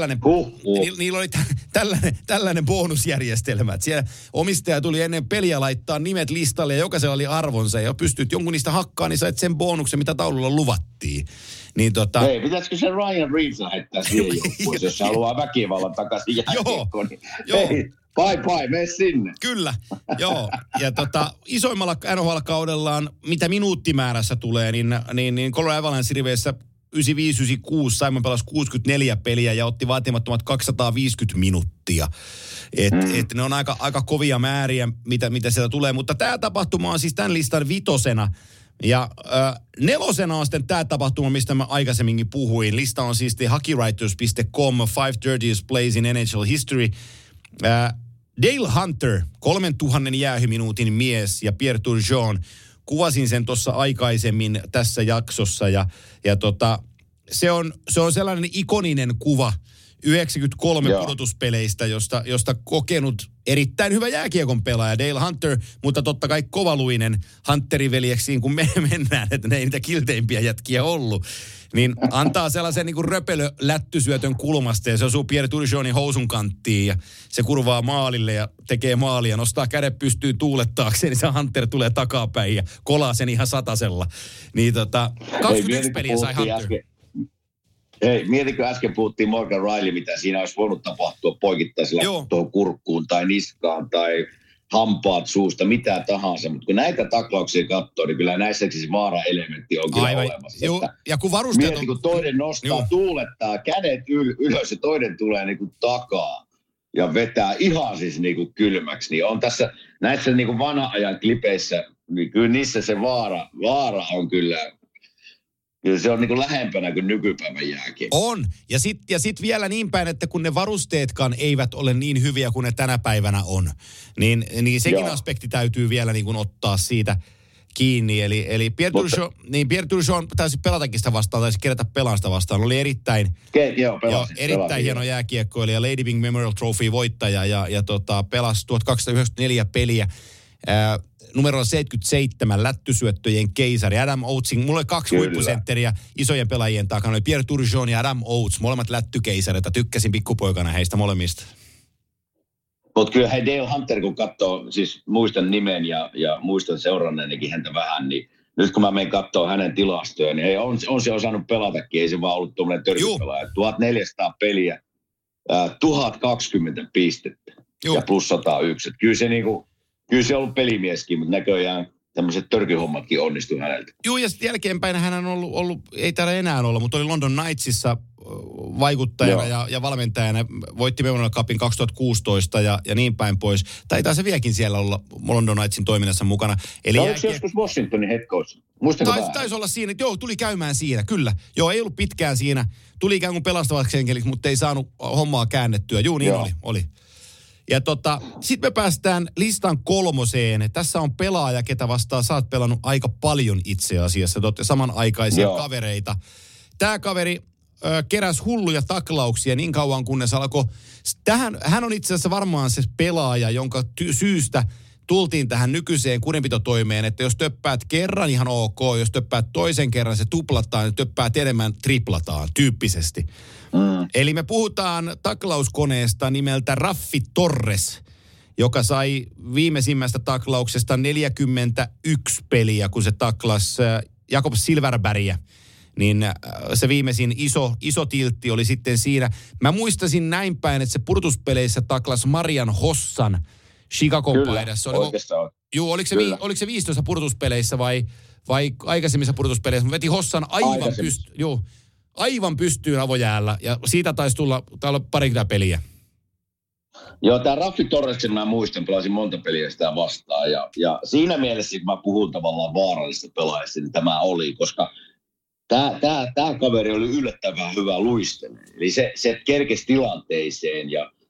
tällainen bonusjärjestelmä, että siellä omistaja tuli ennen peliä laittaa nimet listalle ja jokaisella oli arvonsa. Ja pystyt jonkun niistä hakkaan, niin sait sen bonuksen, mitä taululla luvattiin. Niin Hei, pitäisikö se Ryan Reeves lähettää siihen joukkueeseen, jos se haluaa väkivallan takaisin jääkiekkoon? Joo. Bye, mene sinne. Kyllä, joo. Ja isoimmalla NHL-kaudellaan, mitä minuuttimäärässä tulee, niin Colorado Avalanche riveissä 95-96 Simon pelasi 64 peliä ja otti vaatimattomat 250 minuuttia. Et ne on aika kovia määriä, mitä sieltä tulee. Mutta tämä tapahtuma on siis tämän listan 5. Ja 4 on sitten tämä tapahtuma, mistä mä aikaisemminkin puhuin. Lista on siis hockeywriters.com, 5 dirtiest plays in NHL history. Dale Hunter, 3000 jäähyminuutin mies, ja Pierre Turgeon. Kuvasin sen tuossa aikaisemmin tässä jaksossa, ja se on sellainen ikoninen kuva 93 pudotuspeleistä, josta kokenut erittäin hyvä jääkiekon pelaaja Dale Hunter, mutta totta kai kovaluinen Hunterin veljeksiin, kun me mennään, että ne ei niitä kilteimpiä jätkiä ollut, niin antaa sellaisen niin kuin röpelö-lättysyötön kulmasta, ja se osuu Pierre Turgeonin housun kanttiin, ja se kurvaa maalille ja tekee maalia, nostaa kädet pystyyn tuulettaakseen, niin se Hunter tulee takapäin ja kolaa sen ihan satasella. Niin 21 peliä sai Hunter. Hei, mietitkö äsken puhuttiin Morgan Riley, mitä siinä olisi voinut tapahtua poikittaisella tuohon kurkkuun tai niskaan tai hampaat suusta, mitä tahansa. Mutta kun näitä taklauksia katsoo, niin kyllä näissä se vaara-elementti on kyllä olemassa. Joo, ja kun varusteet mieti, kun toinen nostaa, tuulettaa kädet ylös ja toinen tulee niin kuin takaa ja vetää ihan siis niin kuin kylmäksi. Niin on tässä näissä niin kuin vanhan ajan klipeissä, niin kyllä niissä se vaara on kyllä se on niin kuin lähempänä kuin nykypäivän jääkiekko. On. Ja sit vielä niin päin, että kun ne varusteetkaan eivät ole niin hyviä kuin ne tänä päivänä on, niin sekin aspekti täytyy vielä niin kuin ottaa siitä kiinni. Eli Pierre Turgeon taisi pelatakin sitä vastaan, taisi kerätä pelaan sitä vastaan. Oli erittäin hieno jääkiekkoilija, Lady Byng Memorial Trophy voittaja ja pelasi 1294 peliä. Numerolla 77 lättysyöttöjen keisari. Adam Oatesin, mulla oli 2 huippusentteriä isojen pelaajien takana. Oli Pierre Turgeon ja Adam Oates, molemmat lättykeisareita. Tykkäsin pikkupoikana heistä molemmista. Mutta kyllä hei Dale Hunter, kun katsoo, siis muistan nimen ja muistan seuranneenikin häntä vähän, niin nyt kun mä menen katsoa hänen tilastoja, niin on se osannut pelatakin. Ei se vaan ollut tuommoinen törkypelaaja. 1400 peliä, 1020 pistettä ja plus 101. Kyllä se niinku... Kyllä se on ollut pelimieskin, mutta näköjään tämmöiset törkyhommatkin onnistui häneltä. Joo, ja sitten jälkeenpäin hän on ollut, ei täällä enää olla, mutta oli London Knightsissa vaikuttajana ja valmentajana. Voitti Memorial Cupin 2016 ja niin päin pois. Taitaa se vieläkin siellä olla London Knightsin toiminnassa mukana. Eli oliko se joskus Washingtonin head coach? Taisi olla siinä, joo, tuli käymään siinä, kyllä. Joo, ei ollut pitkään siinä. Tuli ikään kuin pelastavaksi enkeliksi, mutta ei saanut hommaa käännettyä. Juu, niin oli. Ja sitten me päästään listan 3. Tässä on pelaaja, ketä vastaan sä oot pelannut aika paljon itse asiassa. Te olette samanaikaisia kavereita. Tämä kaveri keräsi hulluja taklauksia niin kauan, kunnes alkoi... Hän on itse asiassa varmaan se pelaaja, jonka syystä tultiin tähän nykyiseen kurinpitotoimeen, että jos töppäät kerran ihan ok, jos töppäät toisen kerran se tuplataan, ja töppäät enemmän triplataan tyyppisesti. Eli me puhutaan taklauskoneesta nimeltä Raffi Torres, joka sai viimeisimmästä taklauksesta 41 peliä, kun se taklasi Jakob Silverbergia. Niin se viimeisin iso tiltti oli sitten siinä. Mä muistasin näin päin, että se pudotuspeleissä taklasi Marian Hossan Chicagon paidassa. Joo, oliko se 15 pudotuspeleissä vai aikaisemmissa pudotuspeleissä? Mä vetin Hossan aivan pystyyn avojäällä ja siitä taisi tulla parikymmentä peliä. Joo, tämä Raffi Torresin mä muistan, pelasin monta peliä sitä vastaan ja siinä mielessä, kun mä puhun tavallaan vaarallista pelaajista, niin tämä oli, koska tämä kaveri oli yllättävän hyvä luistelija. Eli se kerkesi tilanteeseen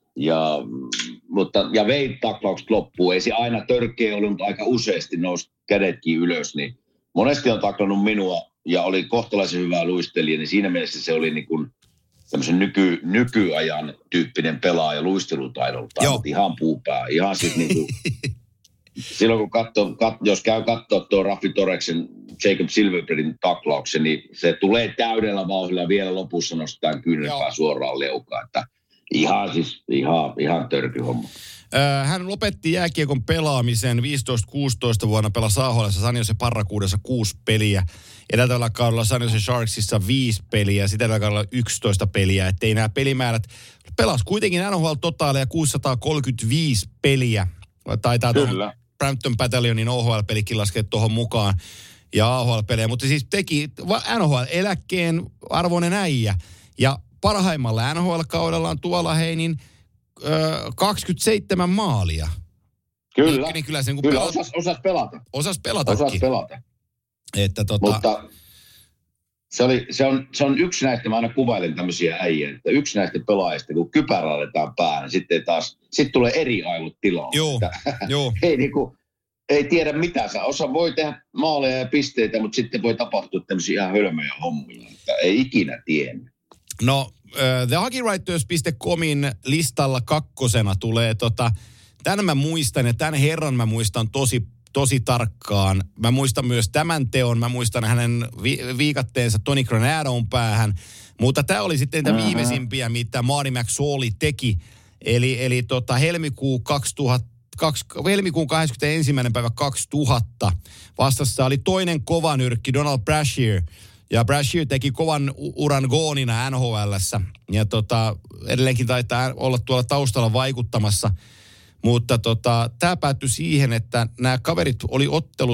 ja vei taklaukset loppuun. Ei se aina törkeä ollut, mutta aika useasti nousi kädetkin ylös. Niin monesti on taklannut minua ja oli kohtalaisen hyvä luistelija, niin siinä mielessä se oli niin kuin tämmöisen nykyajan tyyppinen pelaaja luistelutaidolta. Ihan puupää, ihan siis niin kuin silloin kun jos käy katsoa tuo Raffi Toreksen Jacob Silverbergin taklauksen, niin se tulee täydellä vauhdilla vielä lopussa nostetaan kyynärpää suoraan leukaan. Että ihan törkyhomma. Hän lopetti jääkiekon pelaamisen 15-16 vuonna, pelasi AHL:ssä San Jose Barracuudassa 6 peliä. Edeltävällä kaudella San Jose Sharksissa 5 peliä, sitä kaudella 11 peliä. Ettei nämä pelimäärät, pelasi kuitenkin NHL-totaaleja 635 peliä. Taitaa tuohon Brampton Battalionin OHL-pelikin laskea tuohon mukaan ja AHL-pelejä. Mutta siis teki NHL-eläkkeen arvoinen äijä. Ja parhaimmalla NHL-kaudellaan tuolla Heinin 27 maalia. Kyllä. Niin kyllä sen, kun kyllä osas pelata. Osas pelatakin. Osas pelata. Että Mutta se on yksi näistä, mä aina kuvailen tämmöisiä äijä, että yksi näistä pelaajista, kun kypärä aletaan päähän, sitten tulee eri ailut tilaan. Joo. Ei tiedä mitä saa. Osa voi tehdä maaleja ja pisteitä, mutta sitten voi tapahtua tämmöisiä ihan hölmöjä hommia, että ei ikinä tiennyt. No, thehockeywriters.comin listalla 2. tulee tämän mä muistan ja tämän herran mä muistan tosi tarkkaan. Mä muistan myös tämän teon, mä muistan hänen viikatteensa Tony Granadon päähän, mutta tämä oli sitten niitä viimeisimpiä, mitä Marty McSorley teki. Eli helmikuun 21. päivä 2000 vastassa oli toinen kovanyrkki Donald Brashear. Ja Brashear teki kovan uran goonina NHL:ssä. Ja edelleenkin taitaa olla tuolla taustalla vaikuttamassa. Mutta tämä päättyi siihen, että nämä kaverit oli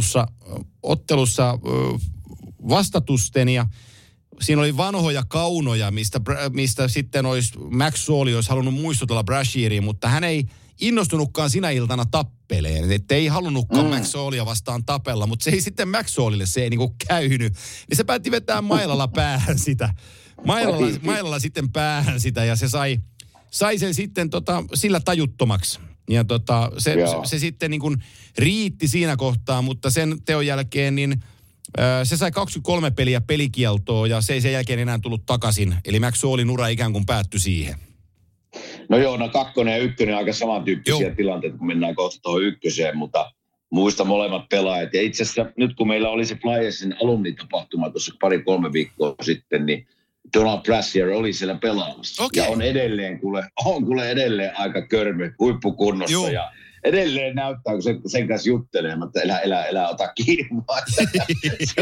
ottelussa vastatusten ja siinä oli vanhoja kaunoja, mistä sitten McSorley olisi halunnut muistutella Brashearia, mutta hän ei innostunutkaan sinä iltana tappeleen. Että ei halunnutkaan McSorleya vastaan tapella, mutta se ei sitten McSorleylle se ei niinku käynyt. Niin se päätti vetää mailalla päähän sitä. Mailalla sitten päähän sitä ja se sai sen sitten sillä tajuttomaksi. Ja se sitten niin kuin riitti siinä kohtaa, mutta sen teon jälkeen niin se sai 23 peliä pelikieltoa ja se ei sen jälkeen enää tullut takaisin. Eli McSorleyn ura ikään kuin päättyi siihen. No joo, 2 ja 1 aika samantyyppisiä tilanteita, kun mennään kohta tuohon 1, mutta muista molemmat pelaajat. Ja itse asiassa nyt kun meillä oli se Flyersin alumnitapahtuma tuossa 2-3 viikkoa sitten, niin Donald Brashear oli siellä pelaamassa. Okay. Ja on edelleen edelleen aika körmy huippukunnossa. Joo. Ja edelleen näyttää, kun sen kanssa juttelee, että elää, ota kiinni. se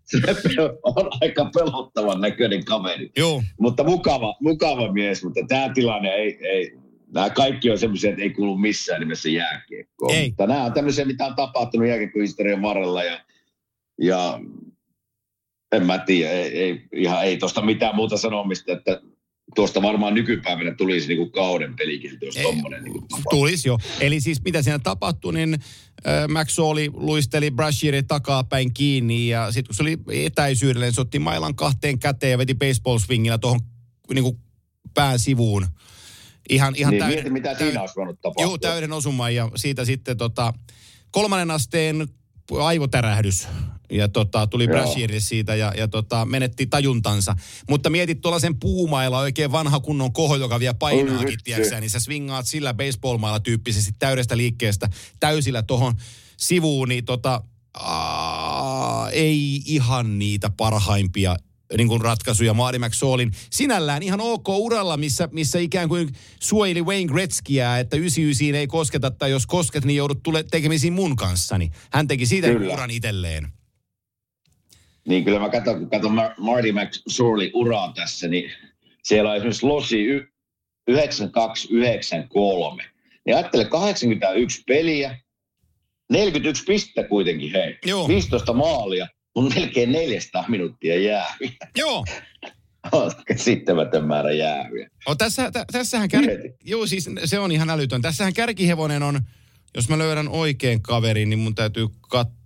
on aika pelottavan näköinen kaveri. Joo. Mutta mukava mies, mutta tämä tilanne ei nämä kaikki on semmoisia, että ei kuulu missään nimessä jääkiekkoon. Mutta nämä on tämmöisiä, mitä on tapahtunut jääkiekkohistorian varrella ja en mä tiedä, ei tuosta mitään muuta sanomista, että tuosta varmaan nykypäivänä tulisi niinku kauden pelikielto, jos tommoinen niinku tulisi jo. Eli siis mitä siinä tapahtui, niin McSorley luisteli Brashearin takapäin kiinni ja sitten kun se oli etäisyydellä, niin se otti mailan 2 käteen ja veti baseball swingillä tuohon niinku pään sivuun. Ihan niin, täyden. Mieti, mitä siinä olisi voinut tapahtua. Joo, täyden osuma ja siitä sitten 3. asteen aivotärähdys. Ja tuli Brashearille siitä ja menetti tajuntansa. Mutta mietit tuollaisen puumailla oikein vanha kunnon koho, joka vielä painaakin, tiedätkö, niin sä swingaat sillä baseballmailla tyyppisesti täydestä liikkeestä täysillä tuohon sivuun, niin ei ihan niitä parhaimpia niin kuin ratkaisuja Marty McSorleyn sinällään ihan ok uralla, missä ikään kuin suojeli Wayne Gretzkyä, että 99 ei kosketa, tai jos kosket, niin joudut tekemisiin mun kanssani. Hän teki siitä uran itselleen. Niin kyllä mä katson Marty McSorley uraa tässä, niin siellä on esimerkiksi Lossi 92-93. Niin ajattele 81 peliä, 41 pistettä kuitenkin, hei. Joo. 15 maalia. On melkein 400 minuuttia jäähyä. Joo. Käsittämätön määrä jäähyä. Tässähän joo, siis se on ihan älytön. Tässähän kärkihevonen on, jos mä löydän oikein kaverin, niin mun täytyy katsoa.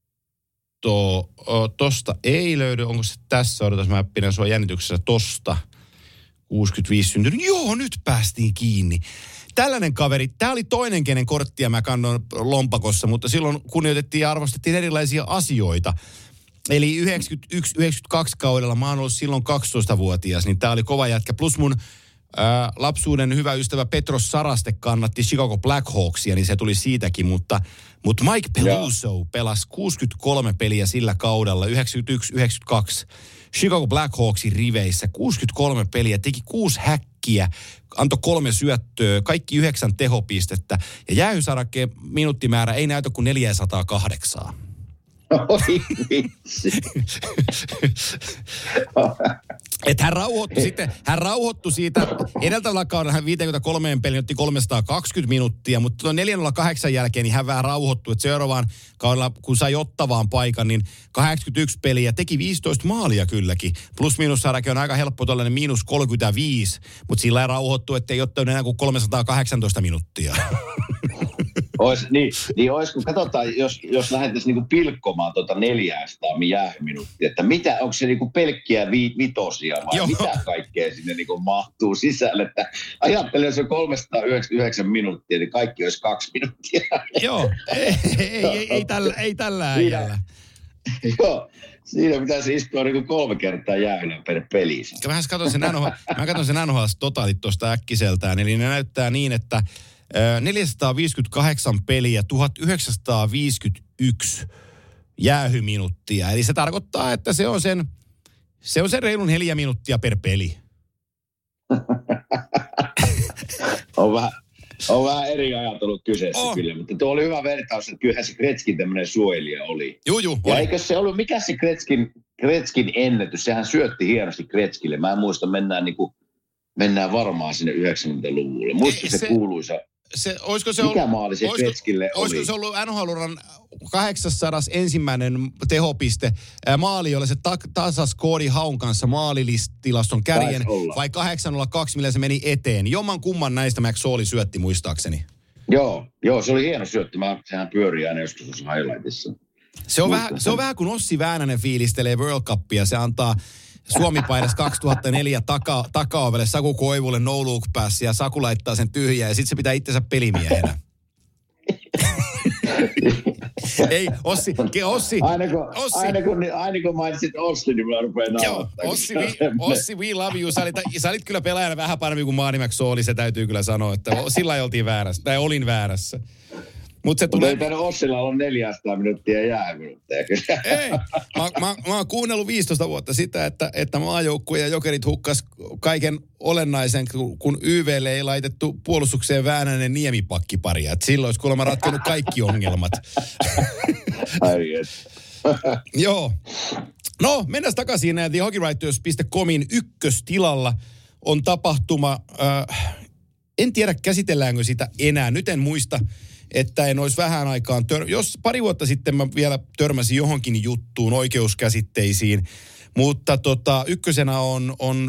Tosta ei löydy. Onko se tässä? Odotas, mä pidän sua jännityksessä tosta. 65 syntynyt. Joo, nyt päästiin kiinni. Tällainen kaveri, tämä oli toinen, kenen korttia mä kannoin lompakossa, mutta silloin kunnioitettiin ja arvostettiin erilaisia asioita. Eli 91-92 kaudella, mä oon ollut silloin 12-vuotias, niin tää oli kova jätkä. Plus mun Lapsuuden hyvä ystävä Petros Saraste kannatti Chicago Blackhawksia, niin se tuli siitäkin, mutta Mike Peluso pelasi 63 peliä sillä kaudella, 91-92, Chicago Blackhawksin riveissä, 63 peliä, teki 6 häkkiä, antoi 3 syöttöä, kaikki 9 tehopistettä, ja jäähysarakkeen minuuttimäärä ei näytä kuin 408. Oi vitsi. Että hän rauhoittui siitä, edeltävällä kaudella hän 53 peliin otti 320 minuuttia, mutta tuon 408 jälkeen niin hän vähän rauhoittui, että seuraavaan kaudella, kun sai Ottavaan paikan, niin 81 peliä, teki 15 maalia kylläkin. Plus-miinussarake on aika helppo tuollainen -35, mutta sillä ei rauhoittu, että ei ottanut enää kuin 318 minuuttia. Niin ois, kun katsotaan, jos lähdettäisiin niinku pilkkomaan 400 jäähyminuuttia, että onko se niinku pelkkiä vitosia vai mitä kaikkea sinne niinku mahtuu sisälle, että ajattelen, jos on 399 minuuttia, niin kaikki olisi 2 minuuttia. Joo, ei tällä äijällä. Joo. Siinä pitäisi istua niinku 3 kertaa jäähynä per peli. Mä katson sen NHL-totaalit tuosta äkkiseltään, eli ne näyttää niin, että 458 peliä, 1951 jäähyminuuttia. Eli se tarkoittaa, että se on sen reilun 4 minuuttia per peli. on vähän eri ajatellut kyseessä kyllä, mutta tuo oli hyvä vertaus, että kyllähän se Gretzkin tämmöinen suojelija oli. Joo. Ja eikö se ollut, mikä se Gretzkin ennätys, sehän syötti hienosti Gretzkille. Mä en muista, mennään varmaan sinne 90-luvulle. Muista se kuuluisa. Mikä maali se Gretzkille oli? Olisiko se ollut NHL-uran 801. tehopiste? Maali oli se tasas Cody Haun kanssa maalilistilaston kärjen, vai 802, millä se meni eteen. Jomman kumman näistä McSorley syötti muistaakseni. Joo, se oli hieno syötti. Sehän pyörii aina joskus tuossa highlightissa. Se on vähän kuin Ossi Väänänen fiilistelee World Cupia. Se antaa Suomi-paidas 2004 takaovelle Saku Koivulle no look pass ja Saku laittaa sen tyhjään ja sitten se pitää itsensä pelimiehenä. Ei, Ossi. Aina kun mainitsit Ossi, niin mä rupean nauhoittaa. Ossi, we love you. Sä olit kyllä pelaajana vähän paremmin kuin Marty McSorley, se täytyy kyllä sanoa, että sillä oltiin väärässä, tai olin väärässä. Mutta ei tänne Ossilla ole 400 minuuttia jäähyminuutteja. Ei, mä oon kuunnellut 15 vuotta sitä, että maajoukkue ja Jokerit hukkas kaiken olennaisen, kun YVlle ei laitettu puolustukseen Väänänen Niemipakkiparia. Että silloin olisi kuulemma ratkennut kaikki ongelmat. Joo. No, mennään takaisin. TheHockeyWriters.comin ykköstilalla on tapahtuma. En tiedä, käsitelläänkö sitä enää. Nyt en muista, että en olisi vähän aikaan, jos pari vuotta sitten mä vielä törmäsin johonkin juttuun, oikeuskäsitteisiin, mutta ykkösenä on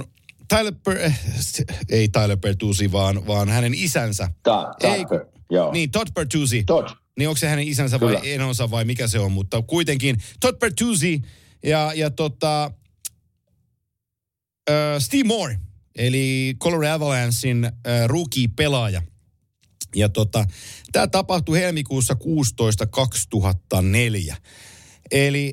Tyler Bertuzzi, vaan hänen isänsä. Todd Bertuzzi. Niin onko se hänen isänsä vai enonsa vai mikä se on, mutta kuitenkin Todd Bertuzzi ja Steve Moore, eli Colorado Avalanchein rookie-pelaaja. Ja tämä tapahtui helmikuussa 16 2004. Eli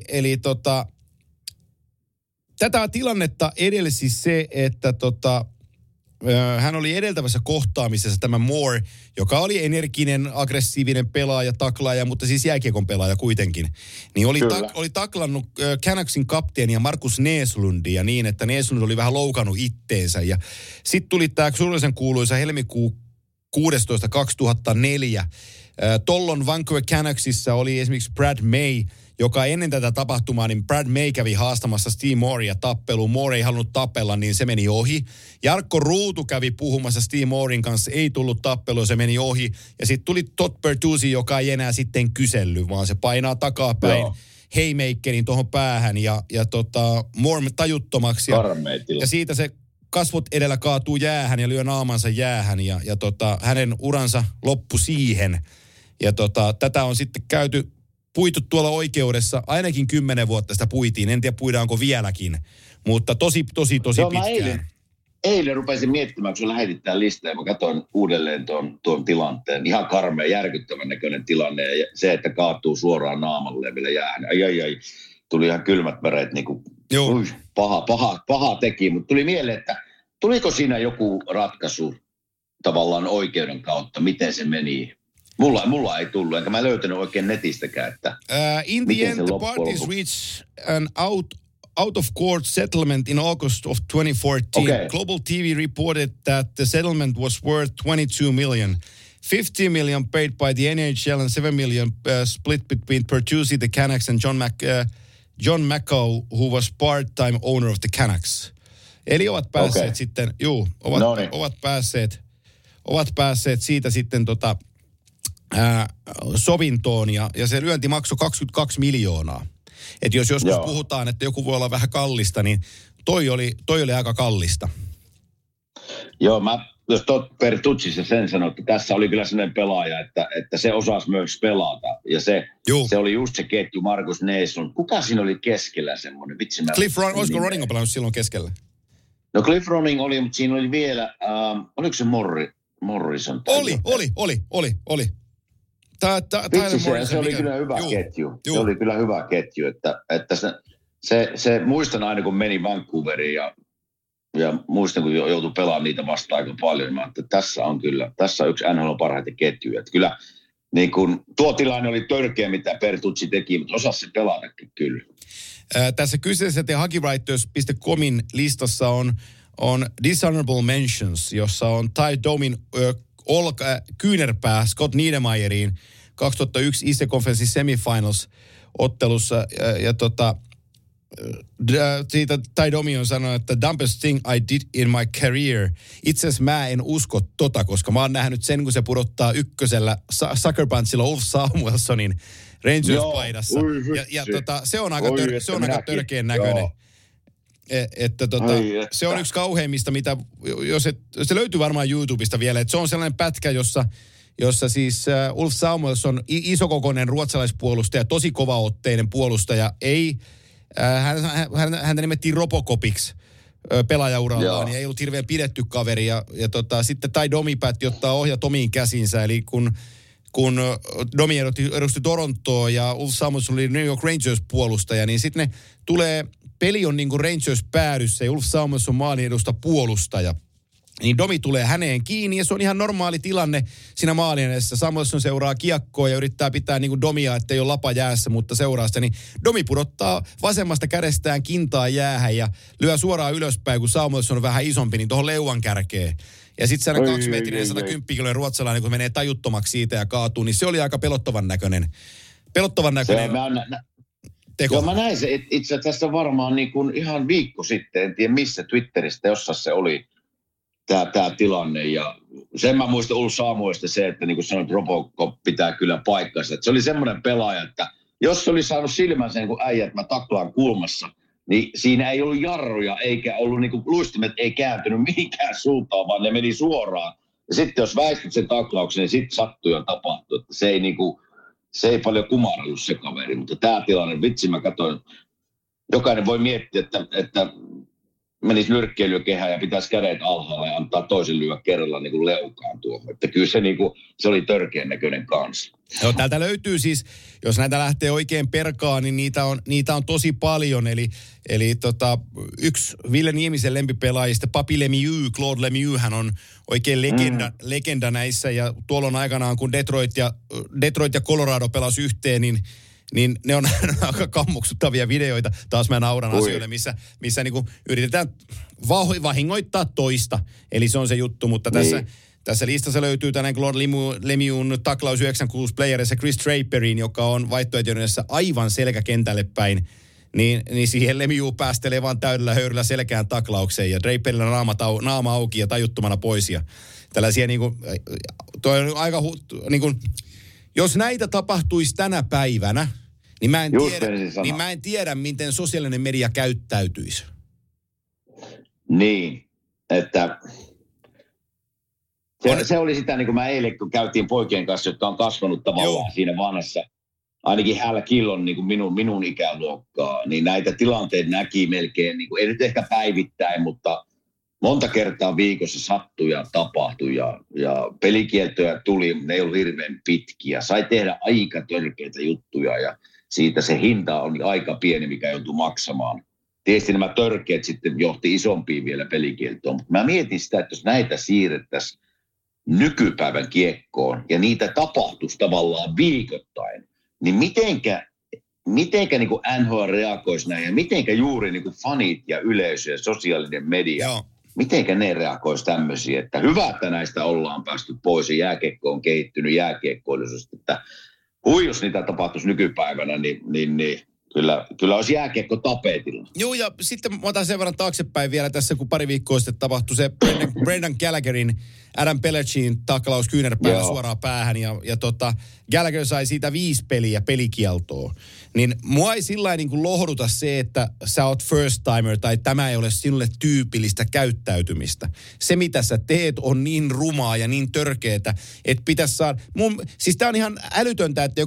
tätä tilannetta edelsi se, että hän oli edeltävässä kohtaamisessa tämä Moore, joka oli energinen, aggressiivinen pelaaja, taklaaja, mutta siis jääkiekon pelaaja kuitenkin. Niin oli taklannut Canucksin kapteenia Markus Näslundia niin, että Näslund oli vähän loukannut itteensä. Ja sitten tuli tämä surullisen kuuluisa helmikuu 16.2004. Tollon Vancouver Canucksissa oli esimerkiksi Brad May, joka ennen tätä tapahtumaa, niin Brad May kävi haastamassa Steve Moorea tappeluun. Moore ei halunnut tapella, niin se meni ohi. Jarkko Ruutu kävi puhumassa Steve Mooren kanssa, ei tullut tappelua, se meni ohi. Ja sitten tuli Todd Bertuzzi, joka ei enää sitten kysellyt, vaan se painaa takapäin haymakerin tuohon päähän ja Moore tajuttomaksi. Ja siitä se kasvot edellä kaatuu jäähän ja lyö naamansa jäähän ja hänen uransa loppui siihen. Ja tätä on sitten puitu tuolla oikeudessa, ainakin 10 vuotta sitä puitiin. En tiedä, puidaanko vieläkin, mutta tosi pitkään. Eilen rupesin miettimään, kun sä lähetit tämän listan ja mä katsoin uudelleen tuon tilanteen. Ihan karmea, järkyttävän näköinen tilanne ja se, että kaatuu suoraan naamalle vielä jäähän. Ai. Tuli ihan kylmät väreet, niin kuin, paha teki, mutta tuli mieleen, että tuliko siinä joku ratkaisu tavallaan oikeuden kautta, miten se meni? Mulla ei tullut, enkä mä löytänyt oikein netistäkään, että in the end, the parties reached an out-of-court settlement in August of 2014. Okay. Global TV reported that the settlement was worth $22 million. $50 million paid by the NHL and $7 million split between Bertuzzi, the Canucks, and John McCaw, who was part-time owner of the Canucks. Eli ovat päässeet sitten, ovat päässeet siitä sitten sovintoon ja se lyönti maksoi 22 miljoonaa. Että jos joskus puhutaan, että joku voi olla vähän kallista, niin toi oli aika kallista. Joo, jos Bertuzzi sen sanoi, että tässä oli kyllä sellainen pelaaja, että se osasi myös pelata. Ja se oli just se ketju, Markus Nason. Kuka siinä oli keskellä semmoinen? Cliff Ronning, olisiko Ronning pelannut silloin keskellä? No Cliff Ronning oli, mutta siinä oli vielä, oliko se Morrison? Oli. Se oli kyllä hyvä ketju. Se oli kyllä hyvä ketju, että se muistan aina kun meni Vancouveriin ja muistan kun joutui pelaamaan niitä vastaan aika paljon, että tässä on yksi NHL parhaita ketjuja. Että kyllä niin kun, tuo tilanne oli törkeä, mitä Bertuzzi teki, mutta osasi se pelatakin kyllä. Tässä kyseisessä HockeyWriters.comin listassa on Dishonorable Mentions, jossa on Ty Domin kyynärpää Scott Niedermayeriin 2001 Eastern Conference Semifinals ottelussa siitä Ty Domi on sanonut, että dumbest thing I did in my career. Itse asiassa mä en usko koska mä oon nähnyt sen, kun se pudottaa ykkösellä Sucker Punchilla Ulf Samuelsonin Rangers-paidassa. Se on aika törkeän näköinen. Se on yksi kauheimmista, mitä, se löytyy varmaan YouTubesta vielä, että se on sellainen pätkä, jossa siis Ulf Samuelsson, isokokoinen ruotsalaispuolustaja, tosi kovaotteinen puolustaja, häntä nimettiin Robocopiksi pelaajaurallaan, niin ei ollut hirveän pidetty kaveri. Ja sitten Ty Domi päätti ottaa ohjat omiin käsinsä, eli kun Domi edusti Torontoa ja Ulf Samuelsson oli New York Rangers-puolustaja, niin sitten peli on niin kuin Rangers-päädyssä ja Ulf Samuelsson maalin edusta puolustaja. Niin Domi tulee häneen kiinni ja se on ihan normaali tilanne siinä maalin edessä. Samuelsson seuraa kiekkoa ja yrittää pitää niin kuin Domia, ettei ole lapa jäässä, mutta seuraa sitä. Niin Domi pudottaa vasemmasta kädestään kintaa jäähän ja lyö suoraan ylöspäin, kun Samuelsson on vähän isompi, niin tuohon leuan kärkeen. Ja sitten se 2 metrinen 110 kiloinen ruotsalainen, kun menee tajuttomaksi siitä ja kaatuu, niin se oli aika pelottavan näköinen. Joo, mä näin se itse asiassa varmaan niin kuin ihan viikko sitten, en tiedä missä Twitteristä, jossa se oli tämä tilanne. Ja sen mä muistan Ulf Samuelista se, että niin kuin sanoit, Robocop pitää kyllä paikkansa. Että se oli semmoinen pelaaja, että jos se oli saanut silmänsä niin kuin äijä, että mä taklaan kulmassa, niin siinä ei ollut jarruja eikä ollut niin kuin luistimet ei kääntynyt mihinkään suuntaan, vaan ne meni suoraan. Ja sitten jos väistit sen taklauksen, niin sitten sattui ja tapahtui. Että se ei paljon kumarellut se kaveri, mutta tämä tilanne, vitsi mä katsoin, jokainen voi miettiä, että menisi nyrkkeilykehään ja pitäisi kädet alhaalla ja antaa toisen lyödä kerralla niin kuin leukaan tuohon. Että kyllä se oli törkeän näköinen kanssa. Joo, täältä löytyy siis, jos näitä lähtee oikein perkaan, niin niitä on tosi paljon. Eli yksi Ville Niemisen lempipelaajista, Papi Lemieux, Claude Lemieux, hän on oikein legenda näissä. Ja tuolloin aikanaan, kun Detroit ja Colorado pelasi yhteen, niin ne on aika kammoksuttavia videoita. Taas mä nauran asioille, missä niinku yritetään vahingoittaa toista. Eli se on se juttu, mutta tässä listassa löytyy tänään Claude Lemieux'n taklaus 96 playerissa Chris Draperiin, joka on vaihtoehtoisessa aivan selkäkentälle päin. Niin siihen Lemieux päästelee vaan täydellä höyryllä selkään taklaukseen ja Draperilla naama auki ja tajuttomana pois. Ja tällaisia niinku, toi on aika niinku, jos näitä tapahtuisi tänä päivänä, niin mä en tiedä, miten sosiaalinen media käyttäytyisi. Niin, että se oli sitä, niin kuin mä eilen, kun käytiin poikien kanssa, jotka on kasvanut tavallaan siinä vanhassa, ainakin Hal Killon niin kuin minun ikäluokkaa, niin näitä tilanteita näki melkein, niin kuin, ei nyt ehkä päivittäin, mutta monta kertaa viikossa sattui ja tapahtui ja pelikieltoja tuli, ne ei ollut hirveän pitkiä. Sai tehdä aika törkeitä juttuja ja siitä se hinta on aika pieni, mikä joutuu maksamaan. tietysti nämä törkeät sitten johti isompiin vielä pelikieltoon. Mutta mä mietin sitä, että jos näitä siirrettäisiin nykypäivän kiekkoon ja niitä tapahtuisi tavallaan viikoittain, niin mitenkä niin kuin NHL reagoisi näin ja mitenkä juuri niin kuin fanit ja yleisö ja sosiaalinen media, mitenkä ne reagoisi tämmöisiä, että hyvä, että näistä ollaan päästy pois ja jääkiekko on kehittynyt jääkiekkoiluisesti, että jos niitä tapahtuisi nykypäivänä, niin kyllä olisi jääkiekko tapetilla. Joo, ja sitten mä otan sen verran taaksepäin vielä tässä, kun pari viikkoa sitten tapahtui se Brendan Gallagherin Adam Pellechin taklaus kyynärpäällä suoraan päähän, ja Gallagher sai siitä 5 peliä pelikieltoa. Niin mua ei sillä niin kuin lohduta se, että sä oot first timer, tai tämä ei ole sinulle tyypillistä käyttäytymistä. Se, mitä sä teet, on niin rumaa ja niin törkeetä, että pitäisi saada... Siis tää on ihan älytöntä, että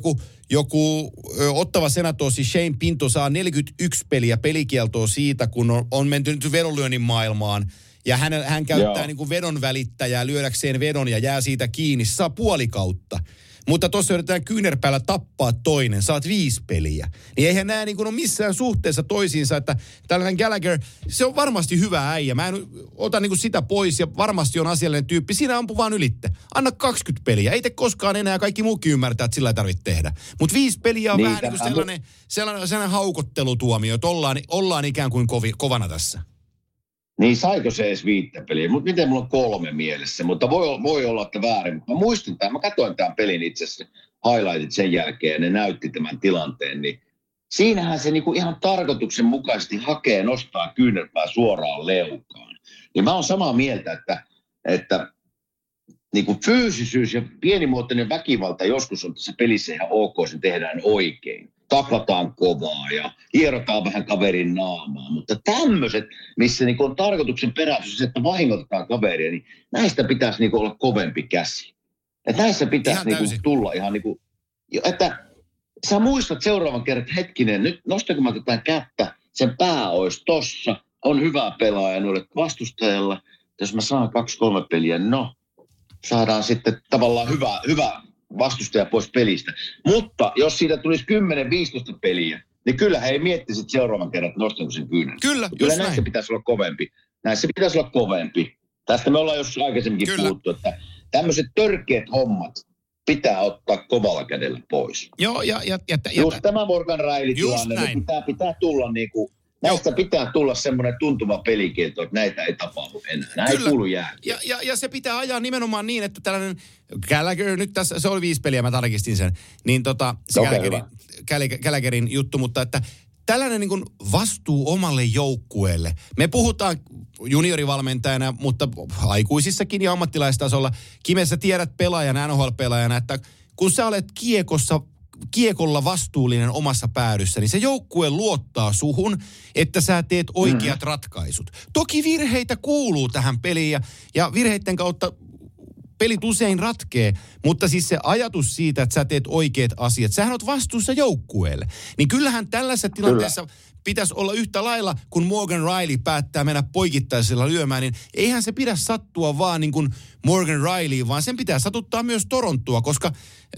joku Ottava Senatosi Shane Pinto saa 41 peliä pelikieltoa siitä, kun on menty nyt vedonlyönnin maailmaan, ja hän käyttää niin kuin vedon välittäjää lyödäkseen vedon ja jää siitä kiinni. Se saa puolikautta. Mutta tuossa yritetään kyynärpäällä tappaa toinen. Saat 5 peliä. Niin eihän nämä niin kuin ole missään suhteessa toisiinsa, että tällainen Gallagher, se on varmasti hyvä äijä. Mä en ota niin kuin sitä pois ja varmasti on asiallinen tyyppi. Siinä ampu vaan ylitte. Anna 20 peliä. Ei te koskaan enää, kaikki muukin ymmärtää, että sillä ei tarvitse tehdä. Mutta 5 peliä on vähän niin kuin sellainen haukottelutuomio, että ollaan ikään kuin kovana tässä. Niin saiko se edes 5 peliä? Mutta miten mulla on 3 mielessä? Mutta voi olla, että väärin. Mä muistin tämän, mä katsoin tämän pelin itse asiassa highlightit sen jälkeen ja ne näytti tämän tilanteen. Niin siinähän se niinku ihan tarkoituksenmukaisesti hakee nostaa kyynärpää suoraan leukaan. Niin mä oon samaa mieltä, että niinku fyysisyys ja pienimuotoinen väkivalta joskus on tässä pelissä ihan ok, sen tehdään oikein. Taklataan kovaa ja hierotaan vähän kaverin naamaa. Mutta tämmöiset, missä niinku on tarkoituksen peräisyys, että vahingoitetaan kaveria, niin näistä pitäisi niinku olla kovempi käsi. Että näissä pitäisi niinku tulla ihan niinku, että sä muistat seuraavan kerran, että hetkinen, nyt nostanko mä tätä kättä, sen pää olisi tossa, on hyvä pelaaja noille vastustajalla. Jos mä saan 2-3 peliä, no saadaan sitten tavallaan hyvä vastustaja pois pelistä. Mutta jos siitä tulisi 10-15 peliä, niin kyllä he ei miettisi seuraavan kerran, että nostanko sen kyynän. Kyllä näissä pitäisi olla kovempi. Näissä pitäisi olla kovempi. Tästä me ollaan joskus aikaisemminkin puhuttu, että tämmöiset törkeät hommat pitää ottaa kovalla kädellä pois. Joo, just tämä Morgan Riley-tilanne, niin pitää tulla niinku... Näistä pitää tulla semmoinen tuntuva pelikielto, että näitä ei tapahdu enää. Nämä ei kuulu jääkiekkoon. Ja se pitää ajaa nimenomaan niin, että tällainen Gallagher, nyt tässä, se oli 5 peliä, mä tarkistin sen, niin Gallagherin juttu, mutta että tällainen niin kuin vastuu omalle joukkueelle. Me puhutaan juniorivalmentajana, mutta aikuisissakin ja ammattilaistasolla. Kime, sä tiedät pelaajana, NHL-pelaajana, että kun sä olet kiekolla vastuullinen omassa päädyssä, niin se joukkue luottaa suhun, että sä teet oikeat ratkaisut. Toki virheitä kuuluu tähän peliin ja virheiden kautta pelit usein ratkee, mutta siis se ajatus siitä, että sä teet oikeat asiat, sähän oot vastuussa joukkueelle. Niin kyllähän tällaisessa tilanteessa pitäisi olla yhtä lailla, kun Morgan Riley päättää mennä poikittaisella lyömään, niin eihän se pidä sattua vaan niin kuin Morgan Riley, vaan sen pitää satuttaa myös Torontoa, koska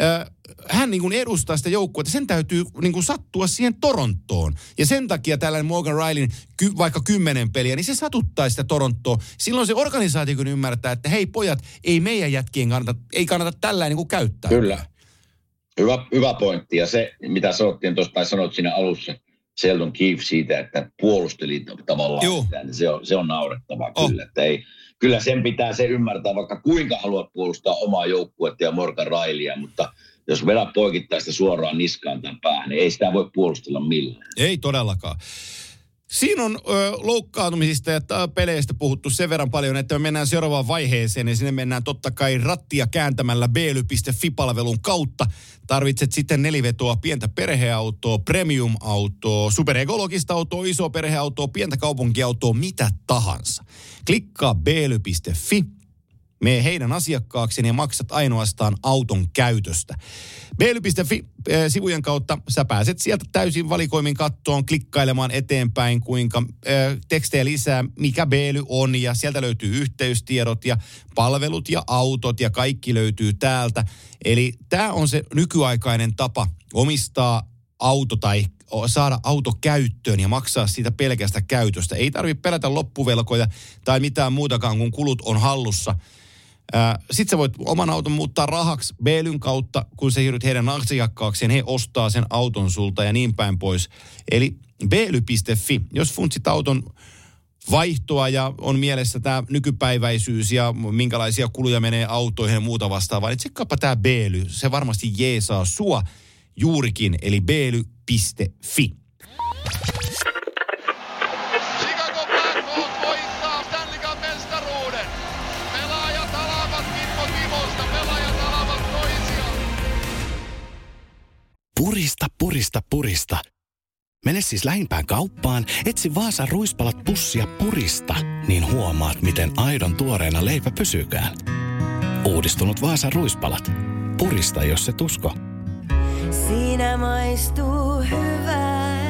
hän niin kuin edustaa sitä joukkuetta. Sen täytyy niin kuin sattua siihen Torontoon. Ja sen takia tällainen Morgan Rileyn vaikka 10 peliä, niin se satuttaa sitä Torontoa. Silloin se organisaatio kun ymmärtää, että hei pojat, ei meidän jätkien kannata tällainen niin kuin käyttää. Kyllä. Hyvä pointti. Ja se, mitä sanottiin tuossa, tai sanoit siinä alussa, Sheldon Keefe siitä, että puolusteli tavallaan sitä, niin se on naurettavaa kyllä. Että kyllä sen pitää se ymmärtää, vaikka kuinka haluat puolustaa omaa joukkuetta ja Morgan Rileyä, mutta jos vedät poikittaista suoraan niskaan tämän päähän, niin ei sitä voi puolustella millään. Ei todellakaan. Siinä on loukkaantumisista ja peleistä puhuttu sen verran paljon, että me mennään seuraavaan vaiheeseen ja sinne mennään totta kai rattia kääntämällä beely.fi-palvelun kautta. Tarvitset sitten 4-vetoa, pientä perheautoa, premium-autoa, superekologista autoa, isoa perheautoa, pientä kaupunkiautoa, mitä tahansa. Klikkaa beely.fi. Mene heidän asiakkaakseen ja maksat ainoastaan auton käytöstä. Beely.fi-sivujen kautta sä pääset sieltä täysin valikoimin kattoon, klikkailemaan eteenpäin, kuinka tekstejä lisää, mikä Beely on. Ja sieltä löytyy yhteystiedot ja palvelut ja autot ja kaikki löytyy täältä. Eli tämä on se nykyaikainen tapa omistaa auto tai saada auto käyttöön ja maksaa siitä pelkästä käytöstä. Ei tarvitse pelätä loppuvelkoja tai mitään muutakaan, kun kulut on hallussa. Sitten sä voit oman auton muuttaa rahaksi Beelyn kautta, kun sä siirryt heidän asiakkaakseen. He ostaa sen auton sulta ja niin päin pois. Eli beely.fi, jos funtsit auton vaihtoa ja on mielessä tämä nykypäiväisyys ja minkälaisia kuluja menee autoihin ja muuta vastaavaa, niin tsekkaapa tämä Beely. Se varmasti jeesaa sua juurikin, eli beely.fi. Chicago Blackhawks voittaa Stanley Cup -mestaruuden. Pelaajat alavat Kimmo Timosta, pelaajat alavat toisiaan. Purista, purista, purista. Mene siis lähimpään kauppaan, etsi Vaasan ruispalat pussia purista, niin huomaat, miten aidon tuoreena leipä pysykään. Uudistunut Vaasan ruispalat. Purista, jos et usko. Siinä maistuu hyvää.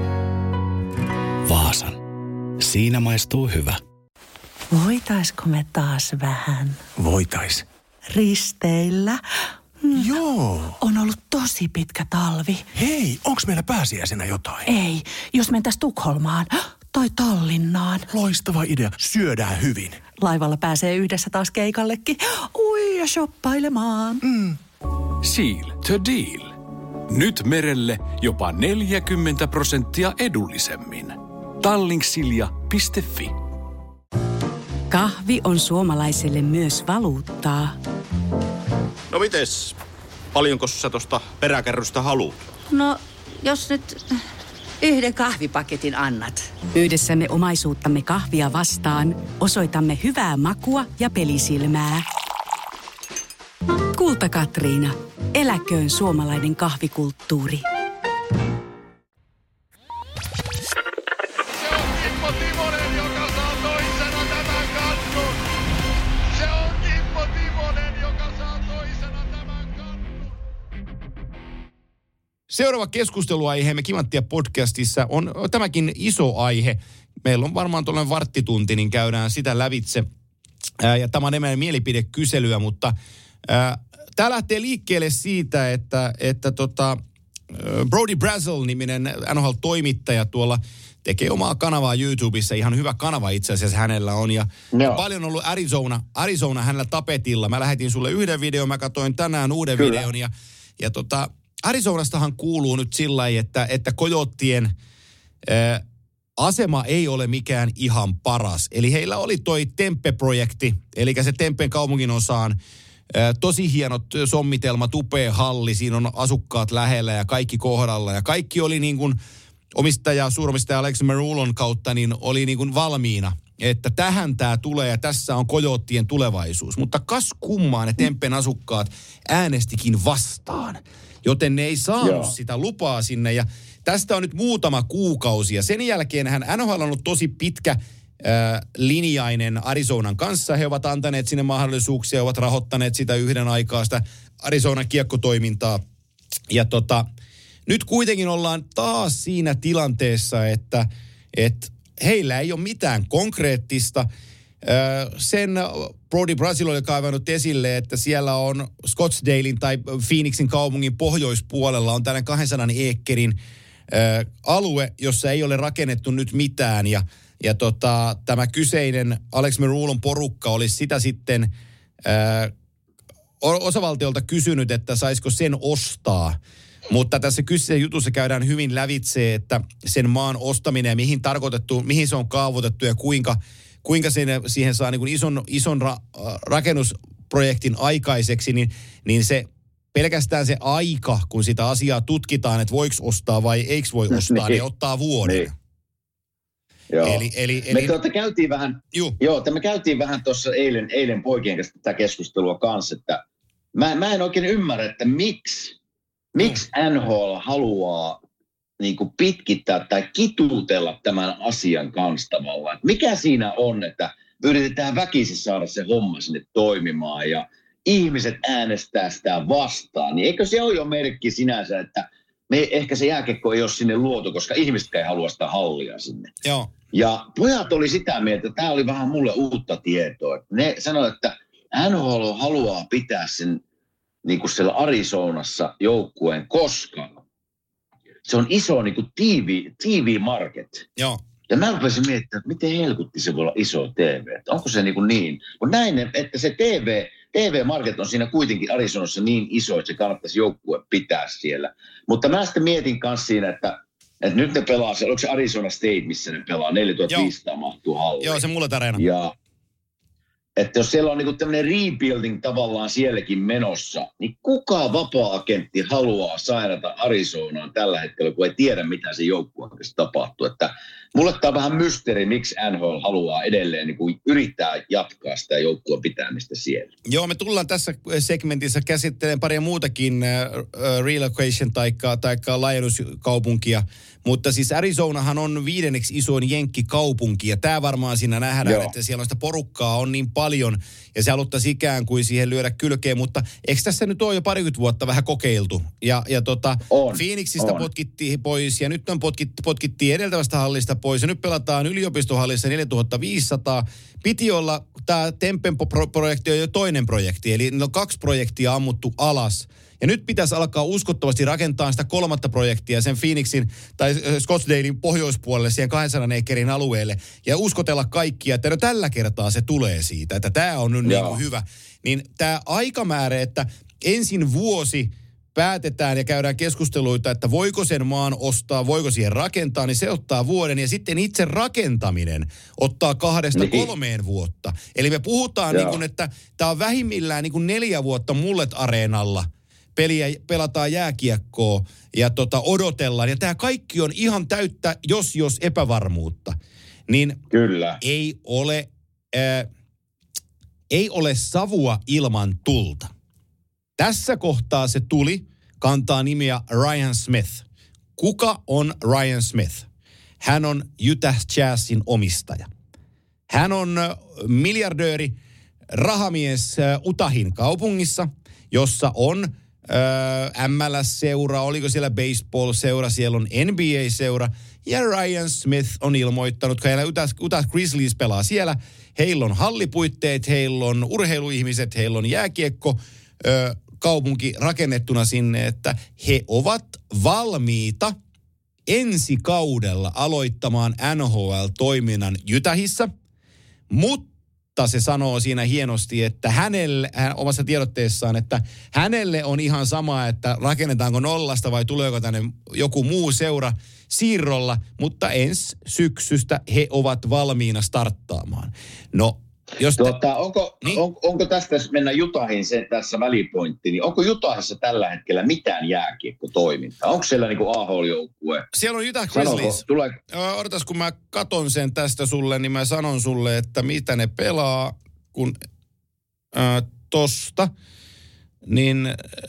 Vaasan. Siinä maistuu hyvä. Voitaisko me taas vähän Voitais. risteillä? Joo. On ollut tosi pitkä talvi. Hei, onks meillä pääsiäisenä jotain? Ei, jos mentäis Tukholmaan tai Tallinnaan. Loistava idea. Syödään hyvin. Laivalla pääsee yhdessä taas keikallekin. Ui, ja shoppailemaan. Seal to deal. Nyt merelle jopa 40% edullisemmin. Tallingsilja.fi. Kahvi on suomalaiselle myös valuuttaa. No mites? Paljonko sä tosta peräkärrystä haluat? No, jos nyt yhden kahvipaketin annat. Yhdessämme omaisuuttamme kahvia vastaan osoitamme hyvää makua ja pelisilmää. Kulta Katriina. Eläköön suomalainen kahvikulttuuri. Se on Kimmo Timonen, joka saa toisena tämän kannun. Se on Kimmo Timonen, joka saa toisena tämän kannun. Seuraava keskusteluaiheemme Kimanttia podcastissa on tämäkin iso aihe. Meillä on varmaan tuollainen varttitunti, niin käydään sitä lävitse. Ja tämä on enemmän mielipidekyselyä, mutta tämä lähtee liikkeelle siitä, että Brody Brazel-niminen NHL-toimittaja tuolla tekee omaa kanavaa YouTubessa. Ihan hyvä kanava itse asiassa hänellä on. Ja paljon ollut Arizona hänellä tapetilla. Mä lähetin sulle yhden videon, mä katsoin tänään uuden videon. Ja Arizonastahan kuuluu nyt sillä lailla, että Coyotien asema ei ole mikään ihan paras. Eli heillä oli toi Tempe-projekti, eli se Tempen kaupungin osaan tosi hienot sommitelmat, upea halli, siinä on asukkaat lähellä ja kaikki kohdalla. Ja kaikki oli niin kuin suuromistaja Alex Marulon kautta, niin oli niin kuin valmiina, että tähän tämä tulee ja tässä on Coyotien tulevaisuus. Mutta kas kummaa ne Tempen asukkaat äänestikin vastaan, joten ne ei saanut sitä lupaa sinne. Ja tästä on nyt muutama kuukausi ja sen jälkeen NHL on ollut tosi pitkä linjainen Arizonan kanssa. He ovat antaneet sinne mahdollisuuksia, ovat rahoittaneet sitä yhden aikaa sitä Arizonan kiekkotoimintaa. Ja nyt kuitenkin ollaan taas siinä tilanteessa, että heillä ei ole mitään konkreettista. Sen Brody Brazel oli kaivannut esille, että siellä on Scottsdalein tai Phoenixin kaupungin pohjoispuolella on tällainen 200 eekkerin alue, jossa ei ole rakennettu nyt mitään ja tämä kyseinen Alex Marulon porukka olisi sitä sitten osavaltiolta kysynyt, että saisiko sen ostaa. Mutta tässä kyseisessä jutussa käydään hyvin lävitse, että sen maan ostaminen ja mihin se on kaavoitettu ja kuinka siihen saa niin kuin ison rakennusprojektin aikaiseksi, niin se pelkästään se aika, kun sitä asiaa tutkitaan, että voiko ostaa vai eikö voi ostaa, niin ottaa vuoden. Niin. Joo. Me käytiin vähän, me käytiin vähän tuossa eilen poikien kanssa tätä keskustelua kanssa, että mä en oikein ymmärrä, että miksi NHL haluaa niin kuin pitkittää tai kituutella tämän asian kanssa tavallaan. Että mikä siinä on, että yritetään väkisin saada se homma sinne toimimaan ja ihmiset äänestää sitä vastaan, niin eikö se ole jo merkki sinänsä, että ehkä se jääkiekko ei ole sinne luotu, koska ihmiset ei halua sitä hallia sinne. Joo. Ja pojat oli sitä mieltä, että tämä oli vähän mulle uutta tietoa. Ne sanoivat, että NHL haluaa pitää sen niin kuin siellä Arizonassa joukkueen, koska se on iso niin kuin TV-market. Joo. Ja mä rupesin miettimään, että miten helkutti se voi olla iso TV. Että onko se niin? Mutta näin, että se TV-market on siinä kuitenkin Arizonassa niin iso, että se kannattaisi joukkue pitää siellä. Mutta mä sitten mietin myös siinä, että nyt ne pelaa, onko se Arizona State, missä ne pelaa, 4500 mahtuu halliin. Joo, se Mullet Arena. Ja että jos siellä on niinku tämmöinen rebuilding tavallaan sielläkin menossa, niin kuka vapaa-agentti haluaa sairata Arizonaan tällä hetkellä, kun ei tiedä, mitä se joukkueessa tapahtuu. Että mulle tämä on vähän mysteeri, miksi NHL haluaa edelleen niin kuin yrittää jatkaa sitä joukkueen pitämistä siellä. Joo, me tullaan tässä segmentissä käsittelemään paria muutakin relocation taikka laajennuskaupunkia. Mutta siis Arizonahan on 5. isoin jenkkikaupunki, ja tämä varmaan siinä nähdään, että siellä on sitä porukkaa on niin paljon, ja se haluttaisiin ikään kuin siihen lyödä kylkeen, mutta eikö tässä nyt ole jo 20 vuotta vähän kokeiltu? Ja Phoenixista potkittiin pois, ja nyt on potkittiin edeltävästä hallista pois, ja nyt pelataan yliopistohallissa 4500. Piti olla, tämä Tempen-projekti on jo toinen projekti, eli on 2 projektia ammuttu alas. Ja nyt pitäisi alkaa uskottavasti rakentaa sitä 3. projektia sen Phoenixin tai Scottsdalein pohjoispuolelle siihen 200 ekerin alueelle. Ja uskotella kaikkia, että no tällä kertaa se tulee siitä, että tämä on nyt niin kuin hyvä. Niin tämä aikamäärä, että ensin vuosi päätetään ja käydään keskusteluita, että voiko sen maan ostaa, voiko siihen rakentaa, niin se ottaa vuoden. Ja sitten itse rakentaminen ottaa 2-3 vuotta. Eli me puhutaan niin kuin, että tämä on vähimmillään niin kuin 4 vuotta Mullet Areenalla. Pelataan jääkiekkoa ja odotellaan. Ja tämä kaikki on ihan täyttä jos epävarmuutta. Niin kyllä. Ei ole savua ilman tulta. Tässä kohtaa se tuli kantaa nimiä Ryan Smith. Kuka on Ryan Smith? Hän on Utah Jazzin omistaja. Hän on miljardööri, rahamies Utahin kaupungissa, jossa on MLS-seura, oliko siellä baseball-seura, siellä on NBA-seura, ja Ryan Smith on ilmoittanut, kun Utah Grizzlies pelaa siellä, heillä on hallipuitteet, heillä on urheiluihmiset, heillä on jääkiekko, kaupunki rakennettuna sinne, että he ovat valmiita ensi kaudella aloittamaan NHL-toiminnan Utahissa, mutta se sanoo siinä hienosti, että hän omassa tiedotteessaan, että hänelle on ihan sama, että rakennetaanko nollasta vai tuleeko tänne joku muu seura siirrolla, mutta ensi syksystä he ovat valmiina starttaamaan. No, jos onko tästä, jos mennään Utahiin tässä välipointti, niin onko Utahissa tällä hetkellä mitään jääkiekkotoimintaa? Onko siellä niinku AHL-joukkue? Siellä on Utah Grizzlies. Odotas, kun mä katon sen tästä sulle, niin mä sanon sulle, että mitä ne pelaa, kun tosta, niin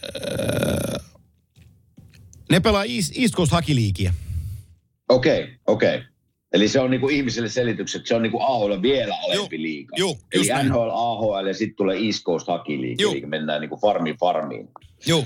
ne pelaa East Coast Hockey Leaguea. Okei. Eli se on niinku ihmiselle selitykset, se on niinku AHL vielä alempi liiga. Eli NHL, AHL ja sitten tulee East Coast Hockey League, eli mennään niinku farmiin. Joo.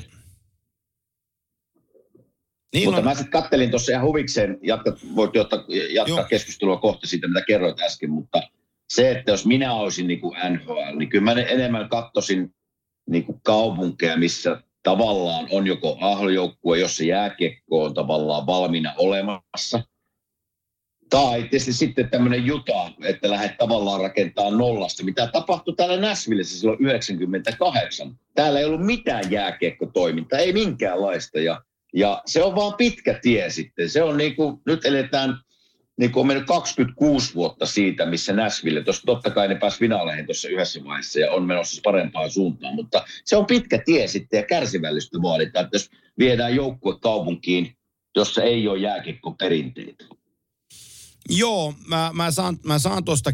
Niin mutta mä sitten kattelin tuossa ihan huvikseen, voit jatkaa keskustelua kohta siitä, mitä kerroit äsken, mutta se, että jos minä olisin niinku NHL, niin kyllä mä enemmän katsoisin niinku kaupunkeja, missä tavallaan on joko AHL-joukkue, jossa jääkiekko on tavallaan valmiina olemassa, tai tietysti sitten tämmöinen Utah, että lähdet tavallaan rakentamaan nollasta. Mitä tapahtui täällä Nashvillessä silloin 98? Täällä ei ollut mitään jääkiekkotoimintaa, ei minkäänlaista. Ja se on vaan pitkä tie sitten. Se on niin kuin, nyt eletään, niin kuin on mennyt 26 vuotta siitä, missä Nashville, totta kai ne pääsi finaaleihin tuossa yhdessä vaiheessa ja on menossa parempaan suuntaan. Mutta se on pitkä tie sitten ja kärsivällistä vaaditaan, että jos viedään joukkue kaupunkiin, jossa ei ole jääkiekkoperinteitä. Joo, mä saan tuosta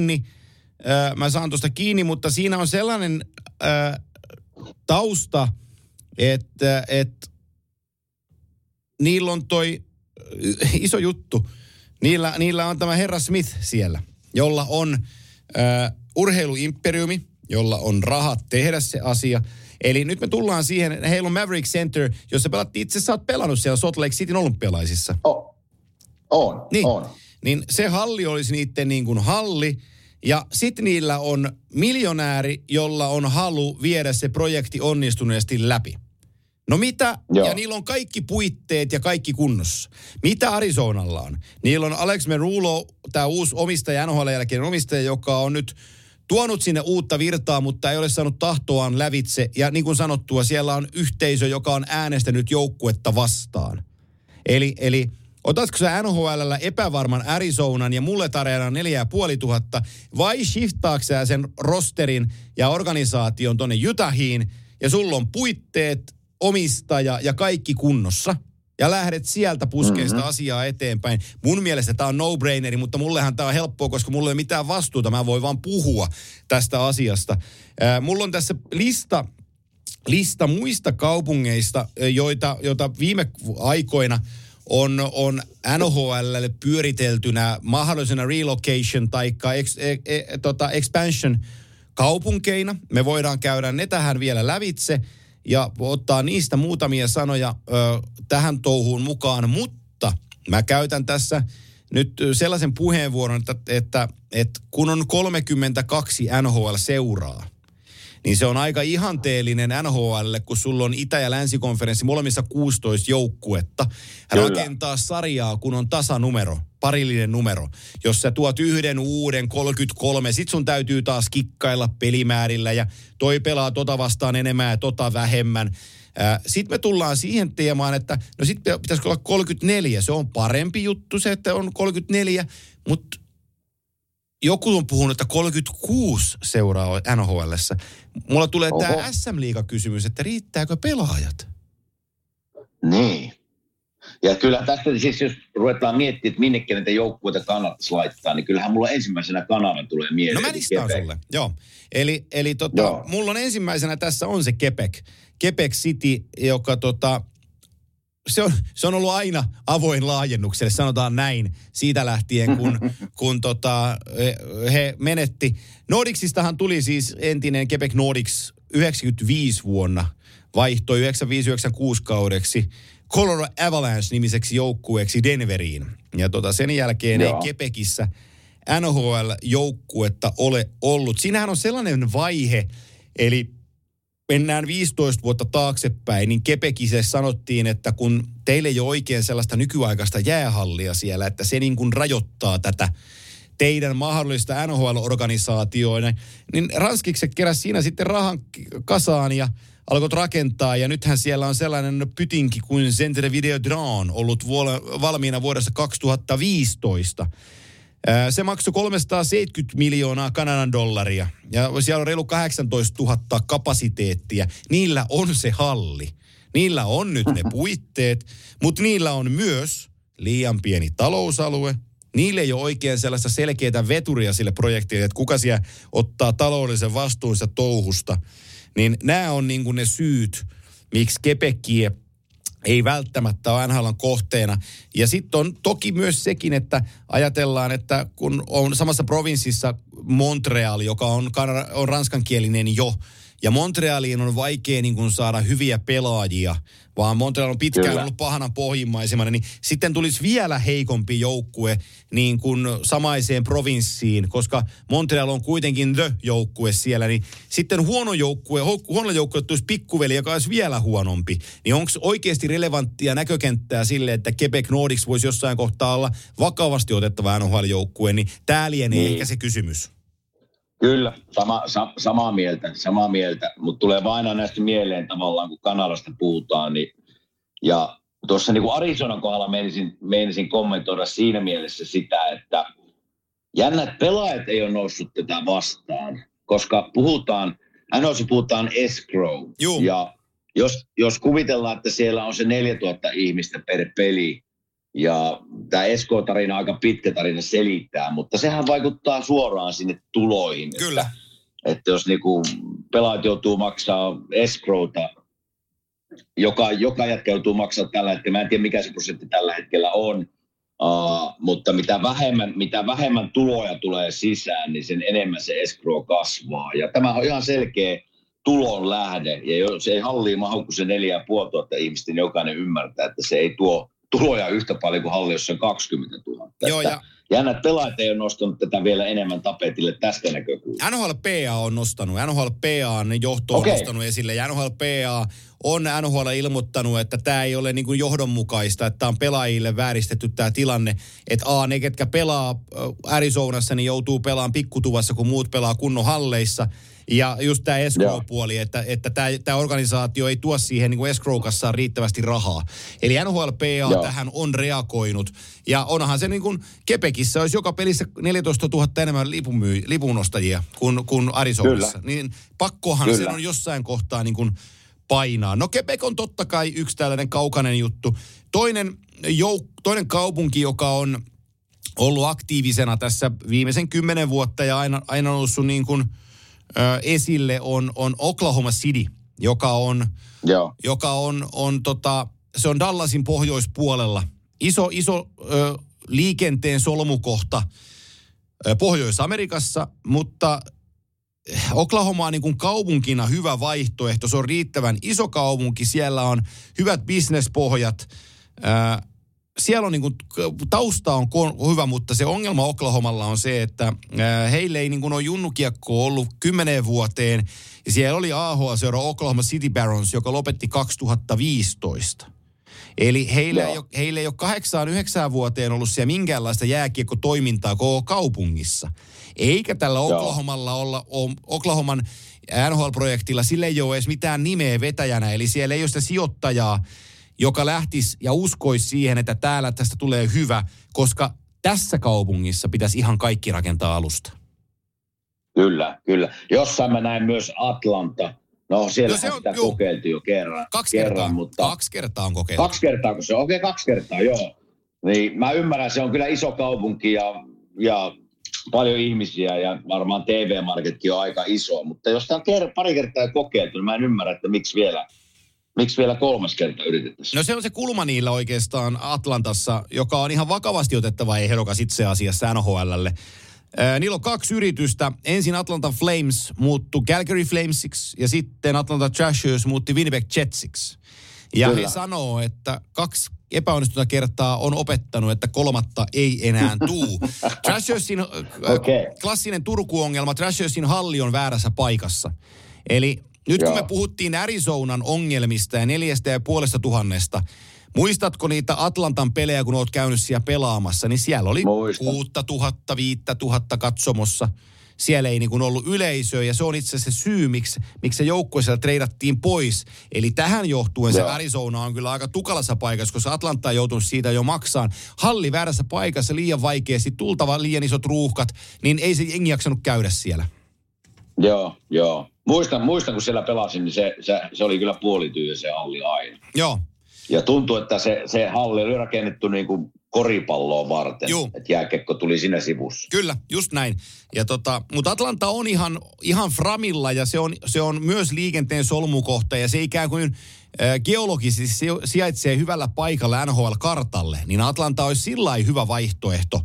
kiinni. Mutta siinä on sellainen tausta, että niillä on toi iso juttu. Niillä on tämä herra Smith siellä, jolla on urheiluimperiumi, jolla on rahat tehdä se asia. Eli nyt me tullaan siihen, heillä on Maverick Center, jossa pelattiin, itse asiassa sä oot pelannut siellä Salt Lake Cityn olympialaisissa. On. Niin se halli olisi niiden niin kuin halli, ja sitten niillä on miljonääri, jolla on halu viedä se projekti onnistuneesti läpi. No mitä, Joo. ja niillä on kaikki puitteet ja kaikki kunnossa. Mitä Arizonalla on? Niillä on Alex Merulo, tämä uusi omistaja, NHL jälkeinen omistaja, joka on nyt tuonut sinne uutta virtaa, mutta ei ole saanut tahtoaan lävitse. Ja niin kuin sanottua, siellä on yhteisö, joka on äänestänyt joukkuetta vastaan. Eli otatko sä NHL:llä epävarman Arizonan ja mulle tarjotaan 4500 vai shiftaatko sä sen rosterin ja organisaation tonne Utahiin ja sulla on puitteet, omistaja ja kaikki kunnossa ja lähdet sieltä puskeista asiaa eteenpäin. Mun mielestä tää on no-braineri, mutta mullehan tää on helppoa, koska mulla ei ole mitään vastuuta. Mä voin vaan puhua tästä asiasta. Mulla on tässä lista muista kaupungeista, joita viime aikoina on NHL:lle pyöriteltynä mahdollisena relocation tai expansion kaupunkeina. Me voidaan käydä ne tähän vielä lävitse ja ottaa niistä muutamia sanoja tähän touhuun mukaan, mutta mä käytän tässä nyt sellaisen puheenvuoron, että kun on 32 NHL-seuraa, niin se on aika ihanteellinen NHL:lle, kun sulla on Itä- ja Länsikonferenssi molemmissa 16 joukkuetta. Rakentaa sarjaa, kun on tasanumero, parillinen numero. Jos sä tuot yhden uuden 33, sit sun täytyy taas kikkailla pelimäärillä ja toi pelaa tota vastaan enemmän ja tota vähemmän. Sitten me tullaan siihen teemaan, että no sitten pitäisikö olla 34. Se on parempi juttu se, että on 34, mutta joku on puhunut, että 36 seuraa NHL:ssä. Mulla tulee tämä SM-liiga-kysymys, että riittääkö pelaajat? Niin. Ja kyllä tästä siis, jos ruvetaan miettimään, että minnekin näitä joukkueita kannattaisi laittaa, niin kyllähän mulla ensimmäisenä Kanada tulee mieleen. No mä listaan sulle, joo. Eli mulla on ensimmäisenä tässä on se Quebec City, joka se on ollut aina avoin laajennukselle, sanotaan näin, siitä lähtien, kun he menetti. Nordixistahan tuli siis entinen Quebec Nordics 95 vuonna, vaihtoi 95-96 kaudeksi Colorado Avalanche-nimiseksi joukkueeksi Denveriin. Ja sen jälkeen ei Quebecissä NHL-joukkuetta ole ollut. Siinähän on sellainen vaihe, eli mennään 15 vuotta taaksepäin, niin Quebecissä sanottiin, että kun teille ei ole oikein sellaista nykyaikaista jäähallia siellä, että se niin kuin rajoittaa tätä teidän mahdollista NHL-organisaatioina, niin ranskikset keräsi siinä sitten rahan kasaan ja alkoivat rakentaa, ja nythän siellä on sellainen pytinki kuin Centre Videodrome ollut valmiina vuodessa 2015. Se maksoi 370 miljoonaa Kanadan dollaria ja siellä on reilu 18 000 kapasiteettia. Niillä on se halli. Niillä on nyt ne puitteet, mutta niillä on myös liian pieni talousalue. Niillä ei ole oikein sellaista selkeää veturia sille projektille, että kuka siellä ottaa taloudellisen vastuunsa touhusta. Niin nämä on niin kuin ne syyt, miksi Quebecia ei välttämättä ole NHL:n kohteena. Ja sitten on toki myös sekin, että ajatellaan, että kun on samassa provinssissa Montreal, joka on ranskankielinen jo, ja Montrealiin on vaikea niin kuin saada hyviä pelaajia, vaan Montreal on pitkään ollut pahana pohjimmaisemmana, niin sitten tulisi vielä heikompi joukkue niin kuin samaiseen provinssiin, koska Montreal on kuitenkin the-joukkue siellä, niin sitten huono joukkue tulisi pikkuveli, joka olisi vielä huonompi. Niin onko oikeasti relevanttia näkökenttää sille, että Quebec Nordics voisi jossain kohtaa olla vakavasti otettava NHL-joukkue, niin tämä lienee ehkä se kysymys. Kyllä, samaa mieltä, mutta tulee vaan aina näistä mieleen tavallaan, kun Kanadasta puhutaan. Niin, ja tuossa niin kuin Arizonan kohdalla meinasin kommentoida siinä mielessä sitä, että jännät pelaajat ei ole noussut tätä vastaan, koska puhutaan escrow. Juu. Ja jos kuvitellaan, että siellä on se 4000 ihmistä per peli, ja tämä Esko-tarina on aika pitkä tarina selittää, mutta sehän vaikuttaa suoraan sinne tuloihin. Kyllä. Että jos niinku pelaajat joutuu maksaa escrowta, joka jätkä joutuu maksaa tällä hetkellä, mä en tiedä mikä se prosentti tällä hetkellä on, mutta mitä vähemmän tuloja tulee sisään, niin sen enemmän se escrow kasvaa. Ja tämä on ihan selkeä tulon lähde, ja jos ei halliin mahu kuin se 4500 ihmistä, niin jokainen ymmärtää, että se ei tuo tuloja yhtä paljon kuin halli, jossa on 20 000. Joo, ja jännät pelaajat ei ole nostanut tätä vielä enemmän tapetille tästä näkökulmasta. NHLPA on nostanut. NHLPAn johto on nostanut esille. Ja NHLPA on NHL ilmoittanut, että tämä ei ole niin kuin johdonmukaista, että on pelaajille vääristetty tämä tilanne, että ne, ketkä pelaa Arizonassa, niin joutuu pelaamaan pikkutuvassa, kun muut pelaa kunnon halleissa. Ja just tämä escrow-puoli, että tämä organisaatio ei tuo siihen niin kuin escrow-kassaan riittävästi rahaa. Eli NHLPA tähän on reagoinut. Ja onhan se niin kuin Quebecissä olisi joka pelissä 14 000 enemmän lipunostajia kuin Arizonassa. Niin pakkohan sen on jossain kohtaa niin kuin painaa. No Quebec on totta kai yksi tällainen kaukainen juttu. Toinen kaupunki, joka on ollut aktiivisena tässä viimeisen 10 vuotta ja aina noussut niin kuin esille on Oklahoma City, se on Dallasin pohjoispuolella. Iso liikenteen solmukohta Pohjois-Amerikassa, mutta Oklahoma on niin kuin kaupunkina hyvä vaihtoehto. Se on riittävän iso kaupunki, siellä on hyvät bisnespohjat. Siellä on niin kuin, tausta on hyvä, mutta se ongelma Oklahomalla on se, että heille ei niin kuin ole junnukiekkoa ollut 10 vuoteen. Ja siellä oli AHL-seura Oklahoma City Barons, joka lopetti 2015. Eli heille ei ole 8-9 vuoteen ollut siellä minkäänlaista jääkiekkotoimintaa koko kaupungissa. Eikä tällä Oklahoman NHL-projektilla, sillä ei ole edes mitään nimeä vetäjänä, eli siellä ei ole sitä sijoittajaa, joka lähtisi ja uskoisi siihen, että täällä tästä tulee hyvä, koska tässä kaupungissa pitäisi ihan kaikki rakentaa alusta. Kyllä. Jossain mä näin myös Atlanta. No siellä sitä kokeiltiin jo kerran. Kaksi kertaa on kokeiltu. 2 kertaa, kun se on. Okei, 2 kertaa, joo. Niin mä ymmärrän, se on kyllä iso kaupunki ja paljon ihmisiä ja varmaan TV-marketkin on aika iso. Mutta jos tämä on pari kertaa kokeiltu, niin mä en ymmärrä, että miksi vielä 3. kertaa yritettäisiin? No se on se kulma niillä oikeastaan Atlantassa, joka on ihan vakavasti otettava ehdokas itse asiassa NHL:lle. Niillä on 2 yritystä. Ensin Atlanta Flames muuttui Calgary Flamesiksi ja sitten Atlanta Trashers muutti Winnipeg Jetsiksi. Ja he sanoo, että 2 epäonnistunutta kertaa on opettanut, että 3. ei enää tuu. Trashersin klassinen Turku-ongelma, Trashersin halli on väärässä paikassa. Eli nyt kun me puhuttiin Arizonan ongelmista ja 4,5 000, muistatko niitä Atlantan pelejä, kun olet käynyt siellä pelaamassa, niin siellä oli 6 000, 5 000 katsomossa. Siellä ei niin kuin ollut yleisöä ja se on itse asiassa se syy, miksi se joukkue siellä treidattiin pois. Eli tähän johtuen se Arizona on kyllä aika tukalassa paikassa, koska Atlanta on joutunut siitä jo maksaan. Halli väärässä paikassa, liian vaikeasti, tultava liian isot ruuhkat, niin ei se jengi jaksanut käydä siellä. Joo. Muistan, kun siellä pelasin, niin se oli kyllä puolityhjä se halli aina. Joo. Ja tuntuu, että se halli oli rakennettu niin kuin koripalloa varten. Että jääkiekko tuli siinä sivussa. Kyllä, just näin. Ja mutta Atlanta on ihan framilla ja se on myös liikenteen solmukohta ja se ikään kuin geologisesti sijaitsee hyvällä paikalla NHL-kartalle. Niin Atlanta olisi sillain hyvä vaihtoehto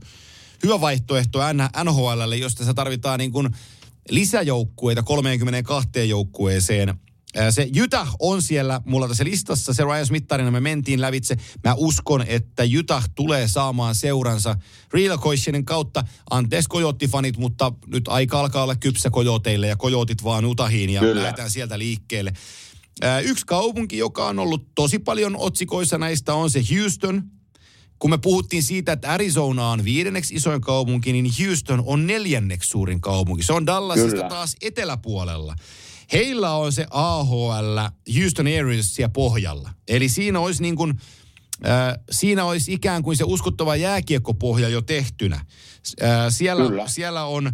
NHL:lle, josta se tarvitaan niin kuin lisäjoukkueita 32 joukkueeseen. Se Utah on siellä mulla tässä listassa, se Ryan Smith-tarina me mentiin lävitse. Mä uskon, että Utah tulee saamaan seuransa relocationin kautta. Anteeksi Coyote-fanit, mutta nyt aika alkaa olla kypsä Coyoteille ja Coyotit vaan Utahiin ja lähdetään sieltä liikkeelle. Yksi kaupunki, joka on ollut tosi paljon otsikoissa näistä on se Houston. Kun me puhuttiin siitä, että Arizona on 5. isoin kaupunki, niin Houston on 4. suurin kaupunki. Se on Dallasista taas eteläpuolella. Heillä on se AHL Houston Aeros siellä pohjalla. Eli siinä olisi niin kuin, siinä olisi ikään kuin se uskottava jääkiekkopohja jo tehtynä. Siellä on,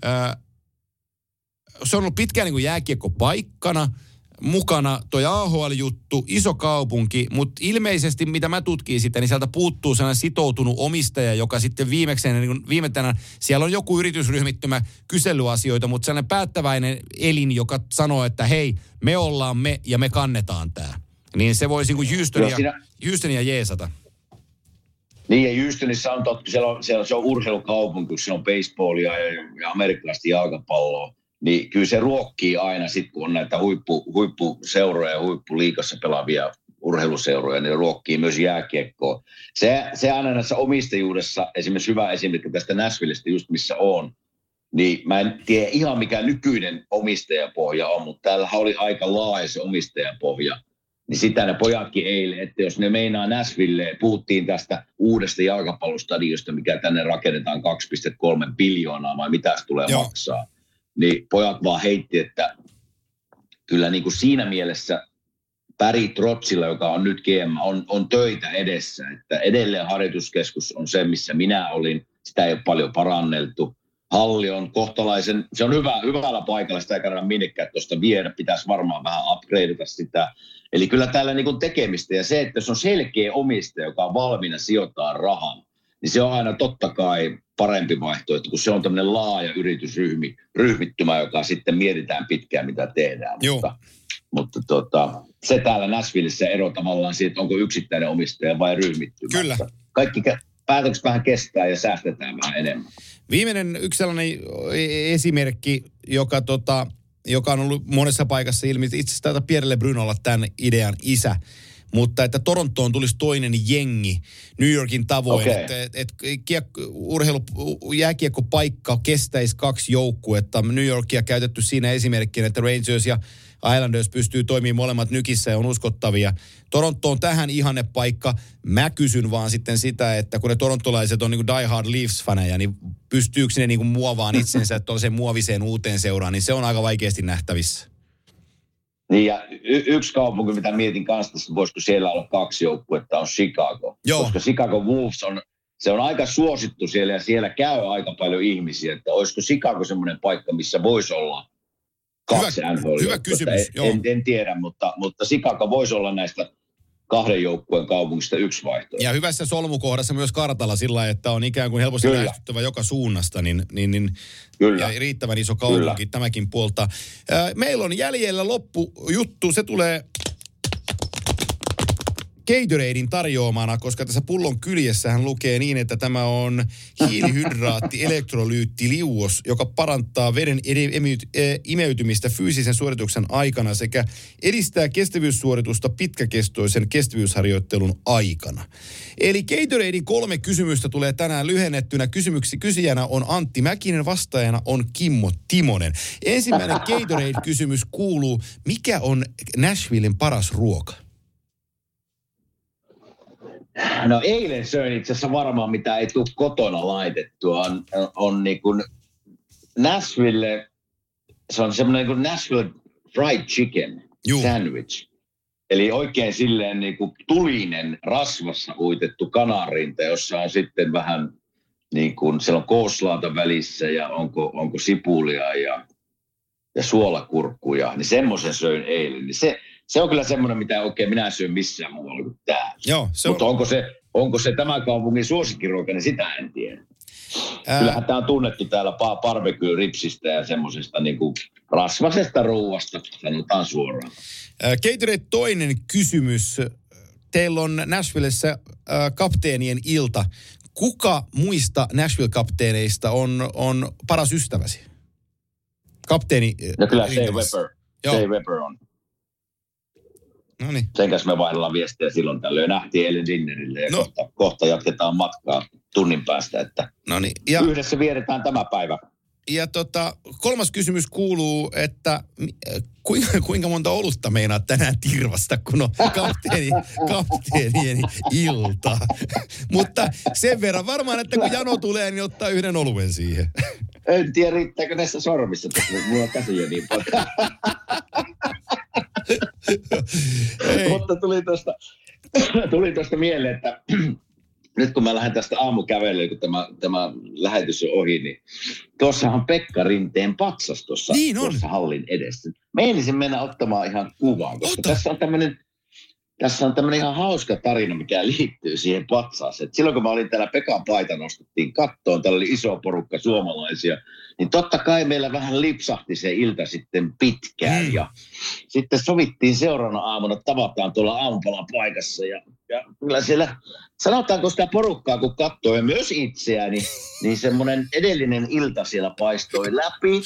se on ollut pitkään niin kuin jääkiekkopaikkana. Mukana toi AHL-juttu, iso kaupunki, mutta ilmeisesti mitä mä tutkin sitä, niin sieltä puuttuu sellainen sitoutunut omistaja, joka sitten viimeistään, siellä on joku yritysryhmittymä kyselyasioita, mutta sellainen päättäväinen elin, joka sanoo, että hei, me ollaan me ja me kannetaan tää. Niin se voisi niin Houstonia jeesata. Niin ja Houstonissa on totta, se on urheilukaupunki, siellä on baseballia ja amerikkalaista jalkapalloa. Niin kyllä se ruokkii aina sitten, kun on näitä huippuseuroja ja huippuliigassa pelaavia urheiluseuroja, niin ruokkii myös jääkiekkoa. Se aina näissä omistajuudessa, esimerkiksi hyvä esimerkki tästä Nashvillestä just missä on, niin mä en tiedä ihan mikä nykyinen omistajapohja on, mutta täällähän oli aika laaja se omistajapohja Niin sitä ne pojatkin eilen, että jos ne meinaa Nashville, puhuttiin tästä uudesta jalkapallostadiosta, mikä tänne rakennetaan 2,3 biljoonaa vai mitä se tulee maksaa. Niin pojat vaan heitti, että kyllä niin kuin siinä mielessä Barry Trotzilla, joka on nyt GM, on töitä edessä. Että edelleen harjoituskeskus on se, missä minä olin. Sitä ei ole paljon paranneltu. Halli on kohtalaisen, se on hyvällä paikalla, sitä ei kannata minnekään tuosta viedä. Pitäisi varmaan vähän upgradeata sitä. Eli kyllä täällä niin kuin tekemistä ja se, että jos on selkeä omistaja, joka on valmiina sijoittaa rahan, niin se on aina totta kai parempi vaihtoehto, kun se on tämmöinen laaja yritysryhmittymä, joka sitten mietitään pitkään, mitä tehdään. Mutta se täällä Nashvillessä ero tavallaan siitä, onko yksittäinen omistaja vai ryhmittymä. Kyllä. Kaikki päätökset vähän kestää ja säästetään vähän enemmän. Viimeinen yksi sellainen esimerkki, joka on ollut monessa paikassa ilmi. Itse asiassa taitaa Pierre LeBrun olla tämän idean isä. Mutta että Torontoon tulisi toinen jengi New Yorkin tavoin. Okay. Että jääkiekkopaikka kestäisi 2 joukkuetta. New Yorkia käytetty siinä esimerkkinä, että Rangers ja Islanders pystyy toimimaan molemmat nykissä ja on uskottavia. Toronto on tähän ihanne paikka. Mä kysyn vaan sitten sitä, että kun ne torontolaiset on niin kuin die hard Leafs-faneja, niin pystyykö ne niin kuin muovaan itsensä tuollaiseen muoviseen uuteen seuraan, niin se on aika vaikeasti nähtävissä. Niin ja yksi kaupunki, mitä mietin kanssa, voisiko siellä olla 2 joukkuetta, on Chicago. Joo. Koska Chicago Wolves on aika suosittu siellä ja siellä käy aika paljon ihmisiä, että olisiko Chicago semmoinen paikka, missä voisi olla 2 NHL. Hyvä kysymys, en tiedä, mutta Chicago voisi olla näistä 2 joukkueen kaupungista yksi vaihtoehto. Ja hyvässä solmukohdassa myös kartalla sillä lailla, että on ikään kuin helposti lähestyttävä joka suunnasta, niin Kyllä. Ja riittävän iso kaupunki Kyllä. Tämäkin puolta. Meillä on jäljellä loppujuttu, se tulee Gatoraden tarjoamana, koska tässä pullon kyljessähän lukee niin, että tämä on hiilihydraatti-elektrolyyttiliuos, joka parantaa veden imeytymistä fyysisen suorituksen aikana sekä edistää kestävyyssuoritusta pitkäkestoisen kestävyysharjoittelun aikana. Eli Gatoraden 3 kysymystä tulee tänään lyhennettynä. Kysyjänä on Antti Mäkinen, vastaajana on Kimmo Timonen. Ensimmäinen Gatorade-kysymys kuuluu, mikä on Nashvillen paras ruoka? No eilen söin itse asiassa varmaan, mitä ei tule kotona laitettua, on niin kuin Nashville, se on semmoinen niin kuin Nashville fried chicken sandwich. Eli oikein silleen niin kuin tulinen, rasvassa uitettu kanarinta, jossa on sitten vähän niin kuin, siellä on kooslaata välissä ja onko sipulia ja suolakurkkuja, niin semmoisen söin eilen. Niin se on kyllä semmoinen, mitä oikein minä en syö missään muualla kuin täällä. Mutta onko se tämän kaupungin suosikkiruoka, niin sitä en tiedä. Kyllähän tämä on tunnettu täällä barbecue-ripsistä ja semmoisesta niinku rasvasesta ruuasta, sanotaan suoraan. Gatorade toinen kysymys. Teillä on Nashvillessä kapteenien ilta. Kuka muista Nashville-kapteeneista on paras ystäväsi? Kapteeni. No kyllä Shea Weber on. Noniin. Sen kanssa me vaihdellaan viestiä silloin tällöin. Nähtiin eilen dinnerille ja kohta jatketaan matkaa tunnin päästä, että yhdessä vieretään tämä päivä. Ja 3. kysymys kuuluu, että kuinka monta olutta meinaat tänään tirvasta, kun on kapteenien ilta. Mutta sen verran varmaan, että kun jano tulee, niin ottaa 1 oluen siihen. En tiedä, riittääkö näissä sormissa, koska mulla on käsiä niin paljon. Mutta tuli tuosta mieleen, että nyt kun mä lähden tästä aamukävelyyn, kun tämä lähetys on ohi, niin tuossahan Pekka Rinteen patsas tuossa hallin edessä. Meinisin mennä ottamaan ihan kuvaan, koska tässä on tämmöinen ihan hauska tarina, mikä liittyy siihen patsaaseen. Et silloin kun mä olin täällä Pekan paita nostettiin kattoon, täällä oli iso porukka suomalaisia, niin totta kai meillä vähän lipsahti se ilta sitten pitkään. Ja sitten sovittiin seuraavana aamuna, tavataan tuolla aamupalapaikassa. Ja kyllä siellä, sanotaanko sitä porukkaa kun katsoo ja myös itseäni, niin semmoinen edellinen ilta siellä paistoi läpi.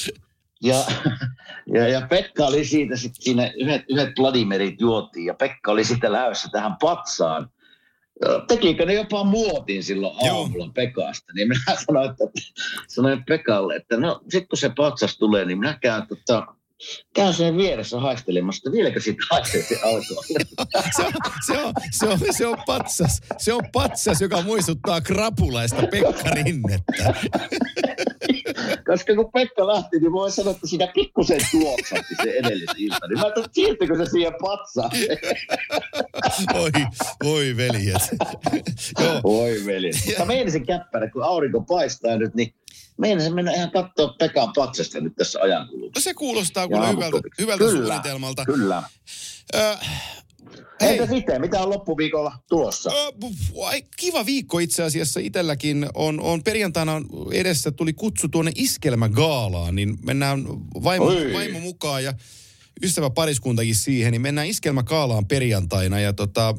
Ja Pekka oli siitä sitten siinä yhdet Vladimirit juotiin ja Pekka oli sitten lähdössä tähän patsaan. Tekikö ne jopa muotin silloin aamulla Pekasta? Niin minä sanoin Pekalle, että no sit kun se patsas tulee, niin minä käyn käyn sen vieressä haistelemassa, vieläkö siitä haisee se alkoholi. Se on patsas. Se on patsas, joka muistuttaa krapulaista Pekka Rinnettä. Koska kun Pekka lähti, niin voi sanoa, että siinä pikkusen tuoksatti se edellisen ilta. Niin mä ajattelin, että siirtykö se siihen patsaan? Oi veljet. Oi veljet. Mutta meinasin käppärä, kun aurinko paistaa nyt, niin meinasin mennä ihan katsoa Pekan patsasta nyt tässä ajankulussa. No se kuulostaa kyllä hyvältä suunnitelmalta. Kyllä. Entä sitten? Mitä on loppuviikolla tulossa? Kiva viikko itse asiassa itselläkin. On perjantaina edessä tuli kutsu tuonne Iskelmägaalaan, niin mennään vaimo mukaan ja ystäväpariskuntakin siihen, niin mennään Iskelmägaalaan perjantaina ja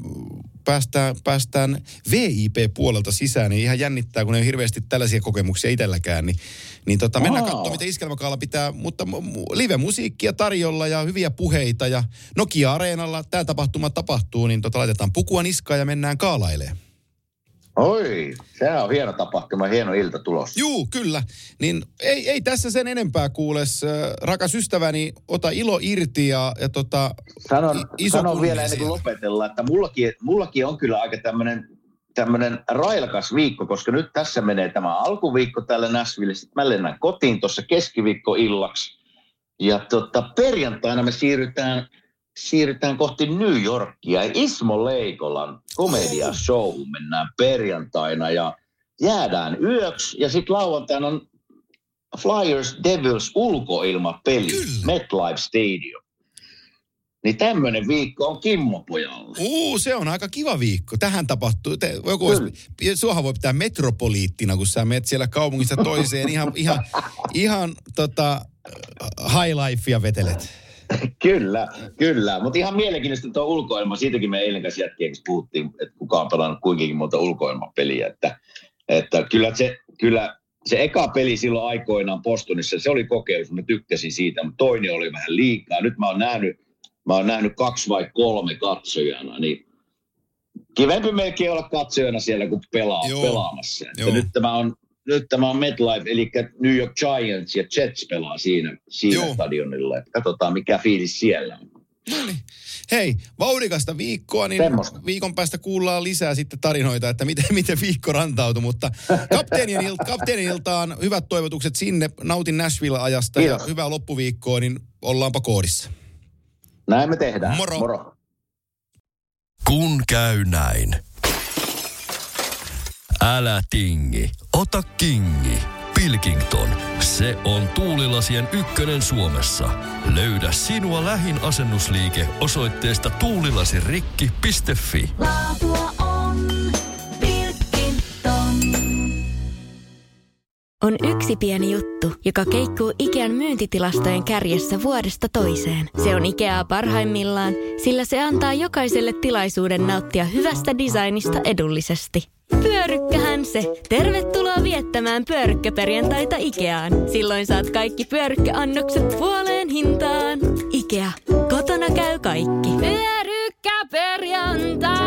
päästään VIP-puolelta sisään, niin ihan jännittää, kun ei ole hirveästi tällaisia kokemuksia itselläkään, niin mennään katsomaan, mitä Iskelmägaala pitää, mutta live-musiikkia tarjolla ja hyviä puheita ja Nokia-areenalla tämä tapahtuma tapahtuu, niin laitetaan pukua niskaan ja mennään gaalailemaan. Oi, se on hieno tapahtuma, hieno ilta tulossa. Juu, kyllä. Niin ei tässä sen enempää kuules. Rakas ystäväni, ota ilo irti ja Sanon vielä ennen kuin lopetellaan, että mullakin on kyllä aika tämmöinen railakas viikko, koska nyt tässä menee tämä alkuviikko täällä Nashvillessä. Sitten mä lennän kotiin tuossa keskiviikkoillaksi. Ja perjantaina me siirrytään kohti New Yorkia. Ismo Leikolan komediashow mennään perjantaina ja jäädään yöksi. Ja sitten lauantaina on Flyers Devils ulkoilmapeli, MetLife Stadium. Niin tämmöinen viikko on Kimmo-pojalla. Se on aika kiva viikko. Tähän tapahtuu. Suohan voi pitää metropoliittina, kun sä menet siellä kaupungista toiseen ihan high lifea vetelet. Kyllä. Mutta ihan mielenkiintoista tuo ulkoilma. Siitäkin me eilen kanssa jätkiäkin puhuttiin, että kuka on pelannut kuinkin monta ulkoilmapeliä. Että kyllä se eka peli silloin aikoinaan Bostonissa, se oli kokeilus. Mä tykkäsin siitä, mutta toinen oli vähän liikaa. Nyt mä oon nähnyt 2 vai 3 katsojana, niin kivempi melkein olla katsojana siellä, kun pelaamassa. Nyt tämä on MetLife, eli New York Giants ja Jets pelaa siinä stadionilla. Katsotaan, mikä fiilis siellä on. No niin. Hei, vauhdikasta viikkoa, niin viikon päästä kuullaan lisää sitten tarinoita, että miten viikko rantautui, mutta kapteenin iltaan hyvät toivotukset sinne, nautin Nashville-ajasta ja hyvää loppuviikkoa, niin ollaanpa koodissa. Näin me tehdään. Moro. Kun käy näin. Älä tingi, ota kingi. Pilkington, se on tuulilasien ykkönen Suomessa. Löydä sinua lähin asennusliike osoitteesta tuulilasirikki.fi. Laatua on Pilkington. On yksi pieni juttu, joka keikkuu Ikean myyntitilastojen kärjessä vuodesta toiseen. Se on Ikeaa parhaimmillaan, sillä se antaa jokaiselle tilaisuuden nauttia hyvästä designista edullisesti. Pyörykkähän se! Tervetuloa viettämään pyörykkäperjantaita Ikeaan. Silloin saat kaikki pyörykkäannokset puoleen hintaan. Ikea. Kotona käy kaikki. Pyörykkäperjantai!